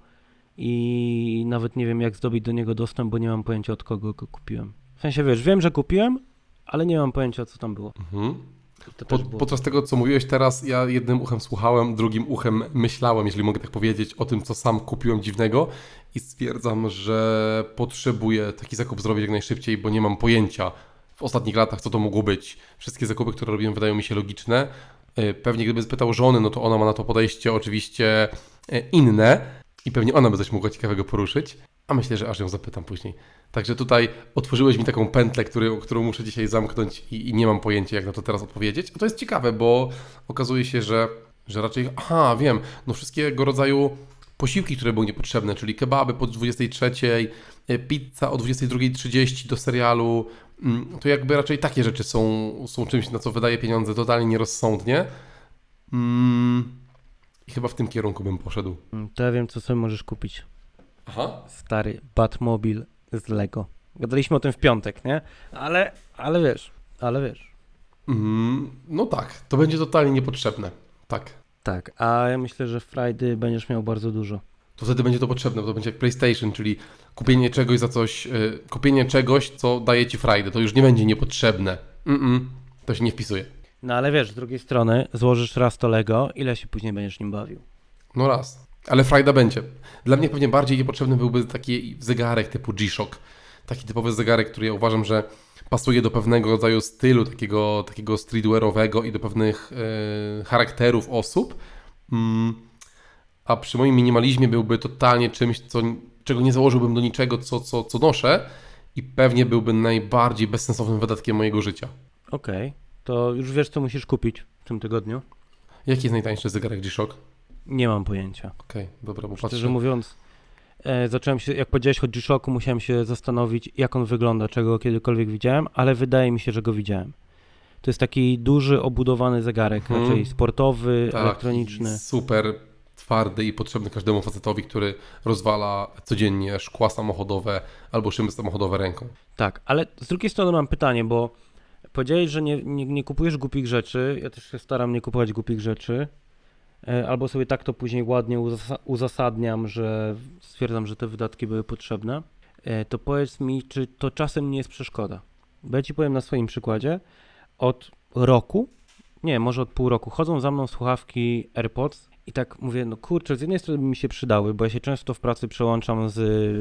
A: i nawet nie wiem jak zdobyć do niego dostęp, bo nie mam pojęcia od kogo go kupiłem. W sensie wiesz, wiem, że kupiłem, ale nie mam pojęcia, co tam było.
B: Mhm.
A: To
B: Po,
A: też było.
B: podczas tego, co mówiłeś teraz, ja jednym uchem słuchałem, drugim uchem myślałem, jeżeli mogę tak powiedzieć, o tym, co sam kupiłem dziwnego i stwierdzam, że potrzebuję taki zakup zrobić jak najszybciej, bo nie mam pojęcia w ostatnich latach, co to mogło być. Wszystkie zakupy, które robiłem, wydają mi się logiczne. Pewnie gdybym spytał żony, no to ona ma na to podejście oczywiście inne i pewnie ona by coś mogła ciekawego poruszyć, a myślę, że aż ją zapytam później. Także tutaj otworzyłeś mi taką pętlę, który, którą muszę dzisiaj zamknąć i, i nie mam pojęcia, jak na to teraz odpowiedzieć. A to jest ciekawe, bo okazuje się, że, że raczej, aha, wiem, no wszystkiego rodzaju posiłki, które były niepotrzebne, czyli kebaby po dwudziestej trzeciej, pizza o dwudziestej drugiej trzydzieści do serialu, to jakby raczej takie rzeczy są, są czymś, na co wydaję pieniądze totalnie nierozsądnie. I chyba w tym kierunku bym poszedł.
A: To ja wiem, co sobie możesz kupić.
B: Aha.
A: Stary Batmobil z Lego. Gadaliśmy o tym w piątek, nie? Ale, ale wiesz, ale wiesz.
B: Mm, no tak, to będzie totalnie niepotrzebne. Tak.
A: Tak, a ja myślę, że Friday będziesz miał bardzo dużo.
B: To wtedy będzie to potrzebne, bo to będzie jak PlayStation, czyli kupienie czegoś za coś, yy, kupienie czegoś, co daje ci frajdę. To już nie będzie niepotrzebne. Mm-mm, to się nie wpisuje.
A: No ale wiesz, z drugiej strony złożysz raz to Lego, ile się później będziesz nim bawił?
B: No raz. Ale frajda będzie. Dla mnie pewnie bardziej niepotrzebny byłby taki zegarek typu G-Shock. Taki typowy zegarek, który ja uważam, że pasuje do pewnego rodzaju stylu, takiego, takiego streetwearowego i do pewnych yy, charakterów osób. Mm. A przy moim minimalizmie byłby totalnie czymś, co, czego nie założyłbym do niczego, co, co, co noszę i pewnie byłby najbardziej bezsensownym wydatkiem mojego życia.
A: Okej, okay. To już wiesz, co musisz kupić w tym tygodniu?
B: Jaki jest najtańszy zegarek G-Shock?
A: Nie mam pojęcia.
B: Okej, okay, dobra, bo
A: Szczerze
B: patrzę.
A: mówiąc, e, zacząłem się, jak powiedziałeś o G-Shocku, musiałem się zastanowić, jak on wygląda, czego kiedykolwiek widziałem, ale wydaje mi się, że go widziałem. To jest taki duży, obudowany zegarek, hmm. raczej sportowy, tak, elektroniczny.
B: Super twardy i potrzebny każdemu facetowi, który rozwala codziennie szkła samochodowe albo szyby samochodowe ręką.
A: Tak, ale z drugiej strony mam pytanie, bo powiedziałeś, że nie, nie, nie kupujesz głupich rzeczy, ja też się staram nie kupować głupich rzeczy, albo sobie tak to później ładnie uzas- uzasadniam, że stwierdzam, że te wydatki były potrzebne, to powiedz mi, czy to czasem nie jest przeszkoda? Bo ja ci powiem na swoim przykładzie, od roku, nie, może od pół roku, chodzą za mną słuchawki AirPods i tak mówię, no kurczę, z jednej strony by mi się przydały, bo ja się często w pracy przełączam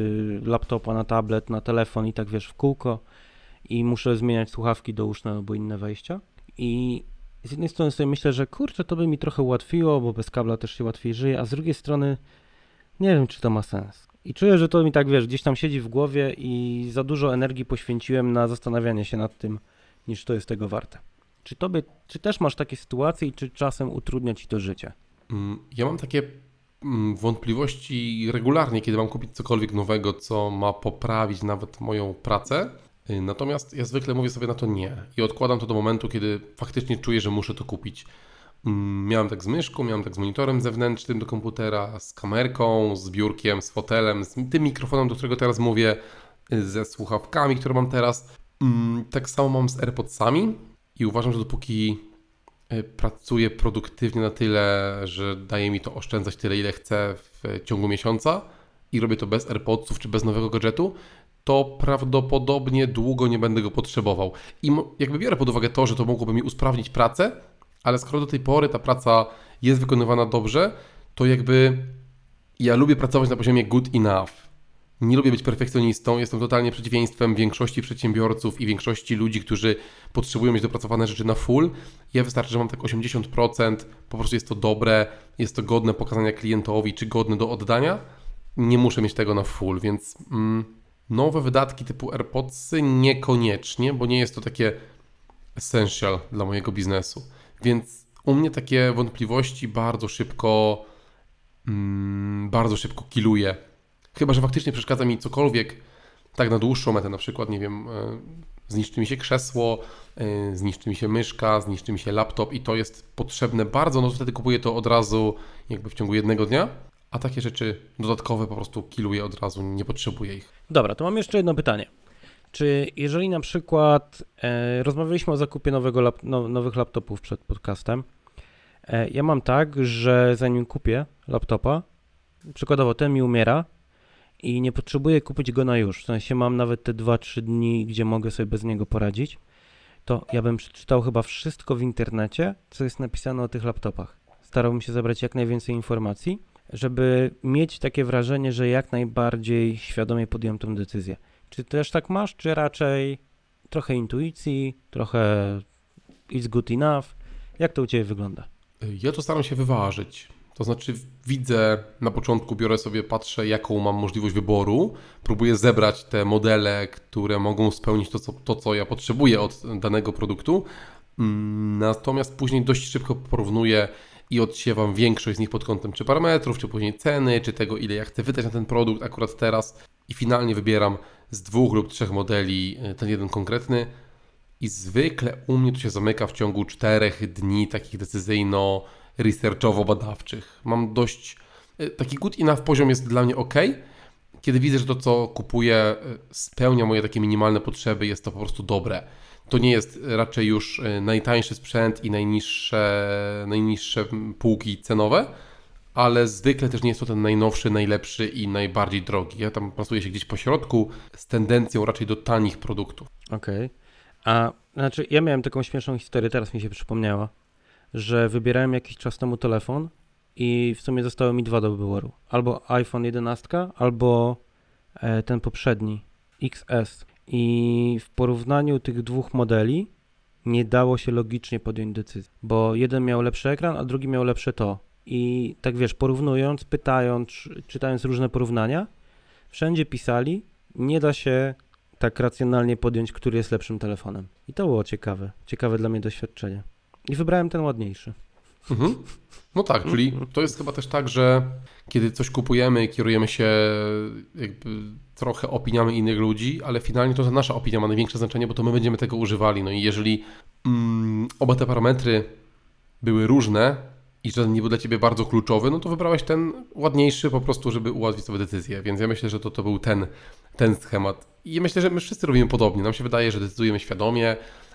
A: z laptopa na tablet, na telefon i tak wiesz, w kółko i muszę zmieniać słuchawki do uszne albo inne wejścia i z jednej strony sobie myślę, że kurczę, to by mi trochę ułatwiło, bo bez kabla też się łatwiej żyje, a z drugiej strony nie wiem, czy to ma sens. I czuję, że to mi tak, wiesz, gdzieś tam siedzi w głowie i za dużo energii poświęciłem na zastanawianie się nad tym, niż to jest tego warte. Czy tobie, czy też masz takie sytuacje i czy czasem utrudnia ci to życie?
B: Ja mam takie wątpliwości regularnie, kiedy mam kupić cokolwiek nowego, co ma poprawić nawet moją pracę. Natomiast ja zwykle mówię sobie na to nie i odkładam to do momentu, kiedy faktycznie czuję, że muszę to kupić. Miałem tak z myszką, miałem tak z monitorem zewnętrznym do komputera, z kamerką, z biurkiem, z fotelem, z tym mikrofonem, do którego teraz mówię, ze słuchawkami, które mam teraz. Tak samo mam z AirPodsami i uważam, że dopóki pracuję produktywnie na tyle, że daje mi to oszczędzać tyle, ile chcę w ciągu miesiąca i robię to bez AirPodsów czy bez nowego gadżetu, to prawdopodobnie długo nie będę go potrzebował. I jakby biorę pod uwagę to, że to mogłoby mi usprawnić pracę, ale skoro do tej pory ta praca jest wykonywana dobrze, to jakby ja lubię pracować na poziomie good enough. Nie lubię być perfekcjonistą, jestem totalnie przeciwieństwem większości przedsiębiorców i większości ludzi, którzy potrzebują mieć dopracowane rzeczy na full. Ja wystarczy, że mam tak osiemdziesiąt procent, po prostu jest to dobre, jest to godne pokazania klientowi, czy godne do oddania. Nie muszę mieć tego na full, więc mm, nowe wydatki typu AirPodsy niekoniecznie, bo nie jest to takie essential dla mojego biznesu. Więc u mnie takie wątpliwości bardzo szybko, mm, bardzo szybko kiluje. Chyba że faktycznie przeszkadza mi cokolwiek tak na dłuższą metę, na przykład, nie wiem, zniszczy mi się krzesło, zniszczy mi się myszka, zniszczy mi się laptop i to jest potrzebne bardzo, no to wtedy kupuję to od razu jakby w ciągu jednego dnia, a takie rzeczy dodatkowe po prostu kiluję od razu, nie potrzebuję ich.
A: Dobra, to mam jeszcze jedno pytanie. Czy jeżeli na przykład e, rozmawialiśmy o zakupie nowego lap, no, nowych laptopów przed podcastem, e, ja mam tak, że zanim kupię laptopa, przykładowo ten mi umiera, i nie potrzebuję kupić go na już, w sensie mam nawet te dwa trzy dni, gdzie mogę sobie bez niego poradzić, to ja bym przeczytał chyba wszystko w internecie, co jest napisane o tych laptopach. Starałbym się zebrać jak najwięcej informacji, żeby mieć takie wrażenie, że jak najbardziej świadomie podjąłem tę decyzję. Czy też tak masz, czy raczej trochę intuicji, trochę it's good enough? Jak to u Ciebie wygląda?
B: Ja to staram się wyważyć. To znaczy widzę, na początku biorę sobie, patrzę jaką mam możliwość wyboru, próbuję zebrać te modele, które mogą spełnić to, co, to, co ja potrzebuję od danego produktu, natomiast później dość szybko porównuję i odsiewam większość z nich pod kątem czy parametrów, czy później ceny, czy tego, ile ja chcę wydać na ten produkt akurat teraz i finalnie wybieram z dwóch lub trzech modeli ten jeden konkretny i zwykle u mnie to się zamyka w ciągu czterech dni takich decyzyjno researchowo-badawczych. Mam dość, taki good enough poziom jest dla mnie ok, kiedy widzę, że to co kupuję spełnia moje takie minimalne potrzeby, jest to po prostu dobre. To nie jest raczej już najtańszy sprzęt i najniższe, najniższe półki cenowe, ale zwykle też nie jest to ten najnowszy, najlepszy i najbardziej drogi. Ja tam plasuję się gdzieś po środku z tendencją raczej do tanich produktów.
A: Okej. Okay. A znaczy ja miałem taką śmieszną historię, teraz mi się przypomniała, że wybierałem jakiś czas temu telefon i w sumie zostały mi dwa do wyboru. Albo iPhone jedenaście, albo e, ten poprzedni, X S. I w porównaniu tych dwóch modeli nie dało się logicznie podjąć decyzji, bo jeden miał lepszy ekran, a drugi miał lepsze to. I tak wiesz, porównując, pytając, czytając różne porównania, wszędzie pisali, nie da się tak racjonalnie podjąć, który jest lepszym telefonem. I to było ciekawe, ciekawe dla mnie doświadczenie. I wybrałem ten ładniejszy.
B: Mhm. No tak, czyli to jest chyba też tak, że kiedy coś kupujemy, kierujemy się jakby trochę opiniami innych ludzi, ale finalnie to ta nasza opinia ma największe znaczenie, bo to my będziemy tego używali. No i jeżeli mm, oba te parametry były różne i żaden nie był dla Ciebie bardzo kluczowy, no to wybrałeś ten ładniejszy po prostu, żeby ułatwić sobie decyzję. Więc ja myślę, że to, to był ten, ten schemat. I myślę, że my wszyscy robimy podobnie. Nam się wydaje, że decydujemy świadomie,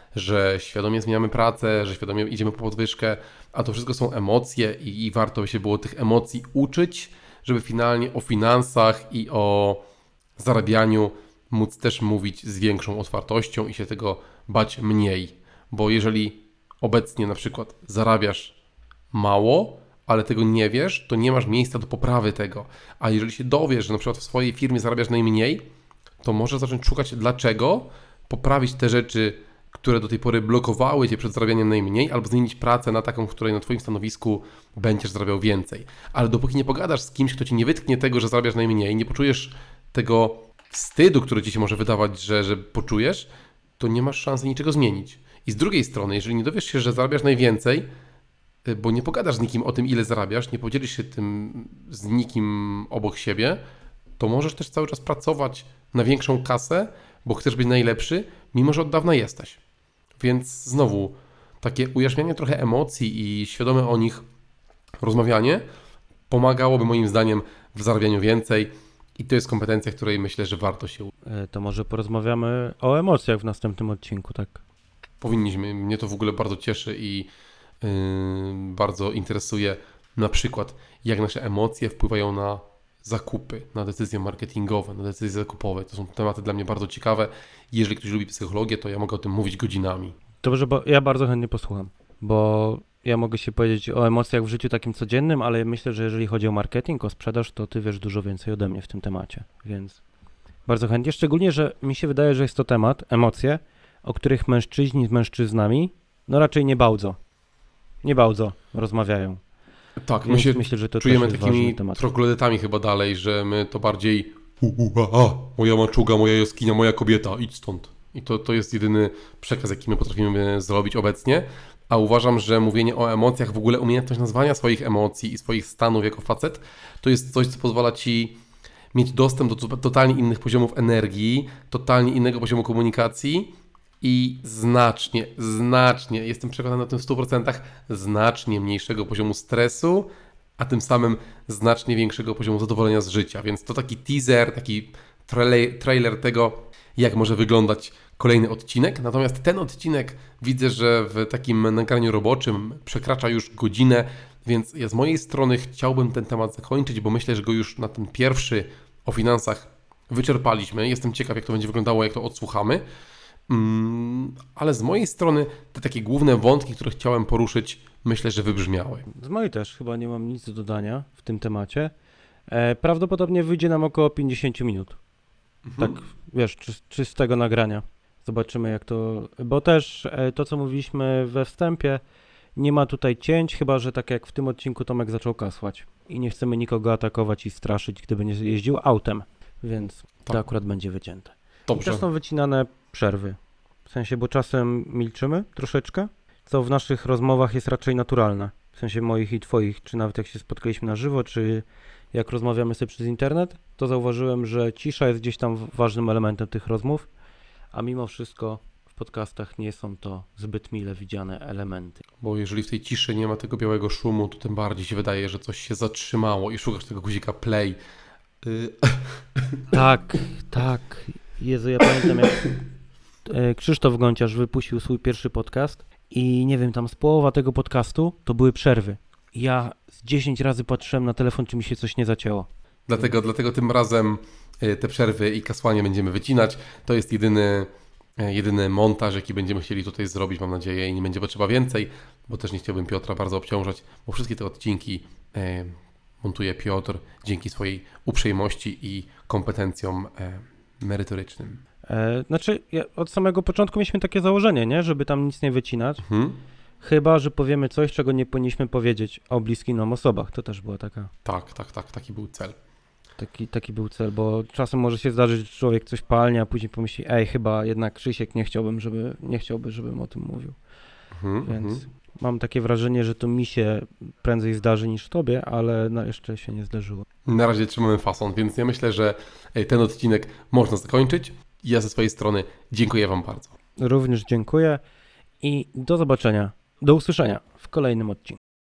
B: że świadomie zmieniamy pracę, że świadomie idziemy po podwyżkę, a to wszystko są emocje i, i warto się było tych emocji uczyć, żeby finalnie o finansach i o zarabianiu móc też mówić z większą otwartością i się tego bać mniej. Bo jeżeli obecnie na przykład zarabiasz mało, ale tego nie wiesz, to nie masz miejsca do poprawy tego. A jeżeli się dowiesz, że na przykład w swojej firmie zarabiasz najmniej, to możesz zacząć szukać dlaczego, poprawić te rzeczy, które do tej pory blokowały Cię przed zarabianiem najmniej, albo zmienić pracę na taką, w której na Twoim stanowisku będziesz zarabiał więcej. Ale dopóki nie pogadasz z kimś, kto Ci nie wytknie tego, że zarabiasz najmniej, nie poczujesz tego wstydu, który Ci się może wydawać, że, że poczujesz, to nie masz szansy niczego zmienić. I z drugiej strony, jeżeli nie dowiesz się, że zarabiasz najwięcej, bo nie pogadasz z nikim o tym, ile zarabiasz, nie podzielisz się tym z nikim obok siebie, to możesz też cały czas pracować na większą kasę, bo chcesz być najlepszy, mimo że od dawna jesteś. Więc znowu, takie ujarzmianie trochę emocji i świadome o nich rozmawianie pomagałoby moim zdaniem w zarabianiu więcej i to jest kompetencja, której myślę, że warto się uczyć.
A: To może porozmawiamy o emocjach w następnym odcinku, tak?
B: Powinniśmy. Mnie to w ogóle bardzo cieszy i yy, bardzo interesuje na przykład, jak nasze emocje wpływają na zakupy, na decyzje marketingowe, na decyzje zakupowe. To są tematy dla mnie bardzo ciekawe. Jeżeli ktoś lubi psychologię, to ja mogę o tym mówić godzinami.
A: Dobrze, bo ja bardzo chętnie posłucham, bo ja mogę się powiedzieć o emocjach w życiu takim codziennym, ale myślę, że jeżeli chodzi o marketing, o sprzedaż, to ty wiesz dużo więcej ode mnie w tym temacie, więc bardzo chętnie. Szczególnie, że mi się wydaje, że jest to temat, emocje, o których mężczyźni z mężczyznami, no raczej nie bardzo, nie bardzo rozmawiają.
B: Tak, my się
A: myślę, że to
B: czujemy takimi troglodytami chyba dalej, że my to bardziej u, u, a, a, moja maczuga, moja jaskinia, moja kobieta, idź stąd. I to, to jest jedyny przekaz, jaki my potrafimy zrobić obecnie, a uważam, że mówienie o emocjach, w ogóle umiejętność nazwania swoich emocji i swoich stanów jako facet, to jest coś, co pozwala Ci mieć dostęp do totalnie innych poziomów energii, totalnie innego poziomu komunikacji i znacznie, znacznie, jestem przekonany o tym w stu procentach, znacznie mniejszego poziomu stresu, a tym samym znacznie większego poziomu zadowolenia z życia. Więc to taki teaser, taki trailer, trailer tego, jak może wyglądać kolejny odcinek. Natomiast ten odcinek widzę, że w takim nagraniu roboczym przekracza już godzinę, więc ja z mojej strony chciałbym ten temat zakończyć, bo myślę, że go już na ten pierwszy o finansach wyczerpaliśmy. Jestem ciekaw, jak to będzie wyglądało, jak to odsłuchamy. Mm, ale z mojej strony te takie główne wątki, które chciałem poruszyć, myślę, że wybrzmiały.
A: Z mojej też chyba nie mam nic do dodania w tym temacie. E, prawdopodobnie wyjdzie nam około pięćdziesiąt minut.
B: Mhm.
A: Tak, wiesz, czy, czystego nagrania. Zobaczymy jak to... Bo też e, to, co mówiliśmy we wstępie, nie ma tutaj cięć, chyba że tak jak w tym odcinku Tomek zaczął kasłać. I nie chcemy nikogo atakować i straszyć, gdyby nie jeździł autem. Więc to
B: Tak.
A: akurat będzie wycięte. I
B: Dobrze.
A: też są wycinane przerwy. W sensie, bo czasem milczymy troszeczkę, co w naszych rozmowach jest raczej naturalne. W sensie moich i twoich, czy nawet jak się spotkaliśmy na żywo, czy jak rozmawiamy sobie przez internet, to zauważyłem, że cisza jest gdzieś tam ważnym elementem tych rozmów, a mimo wszystko w podcastach nie są to zbyt mile widziane elementy.
B: Bo jeżeli w tej ciszy nie ma tego białego szumu, to tym bardziej się wydaje, że coś się zatrzymało i szukasz tego guzika play. Y-
A: Tak, tak. Jezu, ja pamiętam jak e, Krzysztof Gonciarz wypuścił swój pierwszy podcast i nie wiem, tam z połowa tego podcastu to były przerwy. Ja z dziesięć razy patrzyłem na telefon, czy mi się coś nie zacięło.
B: Dlatego, dlatego tym razem y, te przerwy i kasłanie będziemy wycinać. To jest jedyny, y, jedyny montaż, jaki będziemy chcieli tutaj zrobić, mam nadzieję, i nie będzie potrzeba więcej, bo też nie chciałbym Piotra bardzo obciążać, bo wszystkie te odcinki y, montuje Piotr dzięki swojej uprzejmości i kompetencjom y, merytorycznym.
A: E, znaczy, ja, od samego początku mieliśmy takie założenie, nie? Żeby tam nic nie wycinać,
B: Mhm.
A: chyba że powiemy coś, czego nie powinniśmy powiedzieć o bliskim nam osobach. To też była taka,
B: Tak, tak, tak, taki był cel.
A: taki, taki był cel, bo czasem może się zdarzyć, że człowiek coś palnie, a później pomyśli, ej, chyba jednak Krzysiek nie chciałbym, żeby, nie chciałby, żebym o tym mówił.
B: Mhm,
A: Więc
B: mhm.
A: mam takie wrażenie, że to mi się prędzej zdarzy niż tobie, ale no, jeszcze się nie zdarzyło.
B: Na razie trzymamy fason, więc ja myślę, że e, ten odcinek można zakończyć. Ja ze swojej strony dziękuję Wam bardzo.
A: Również dziękuję i do zobaczenia, do usłyszenia w kolejnym odcinku.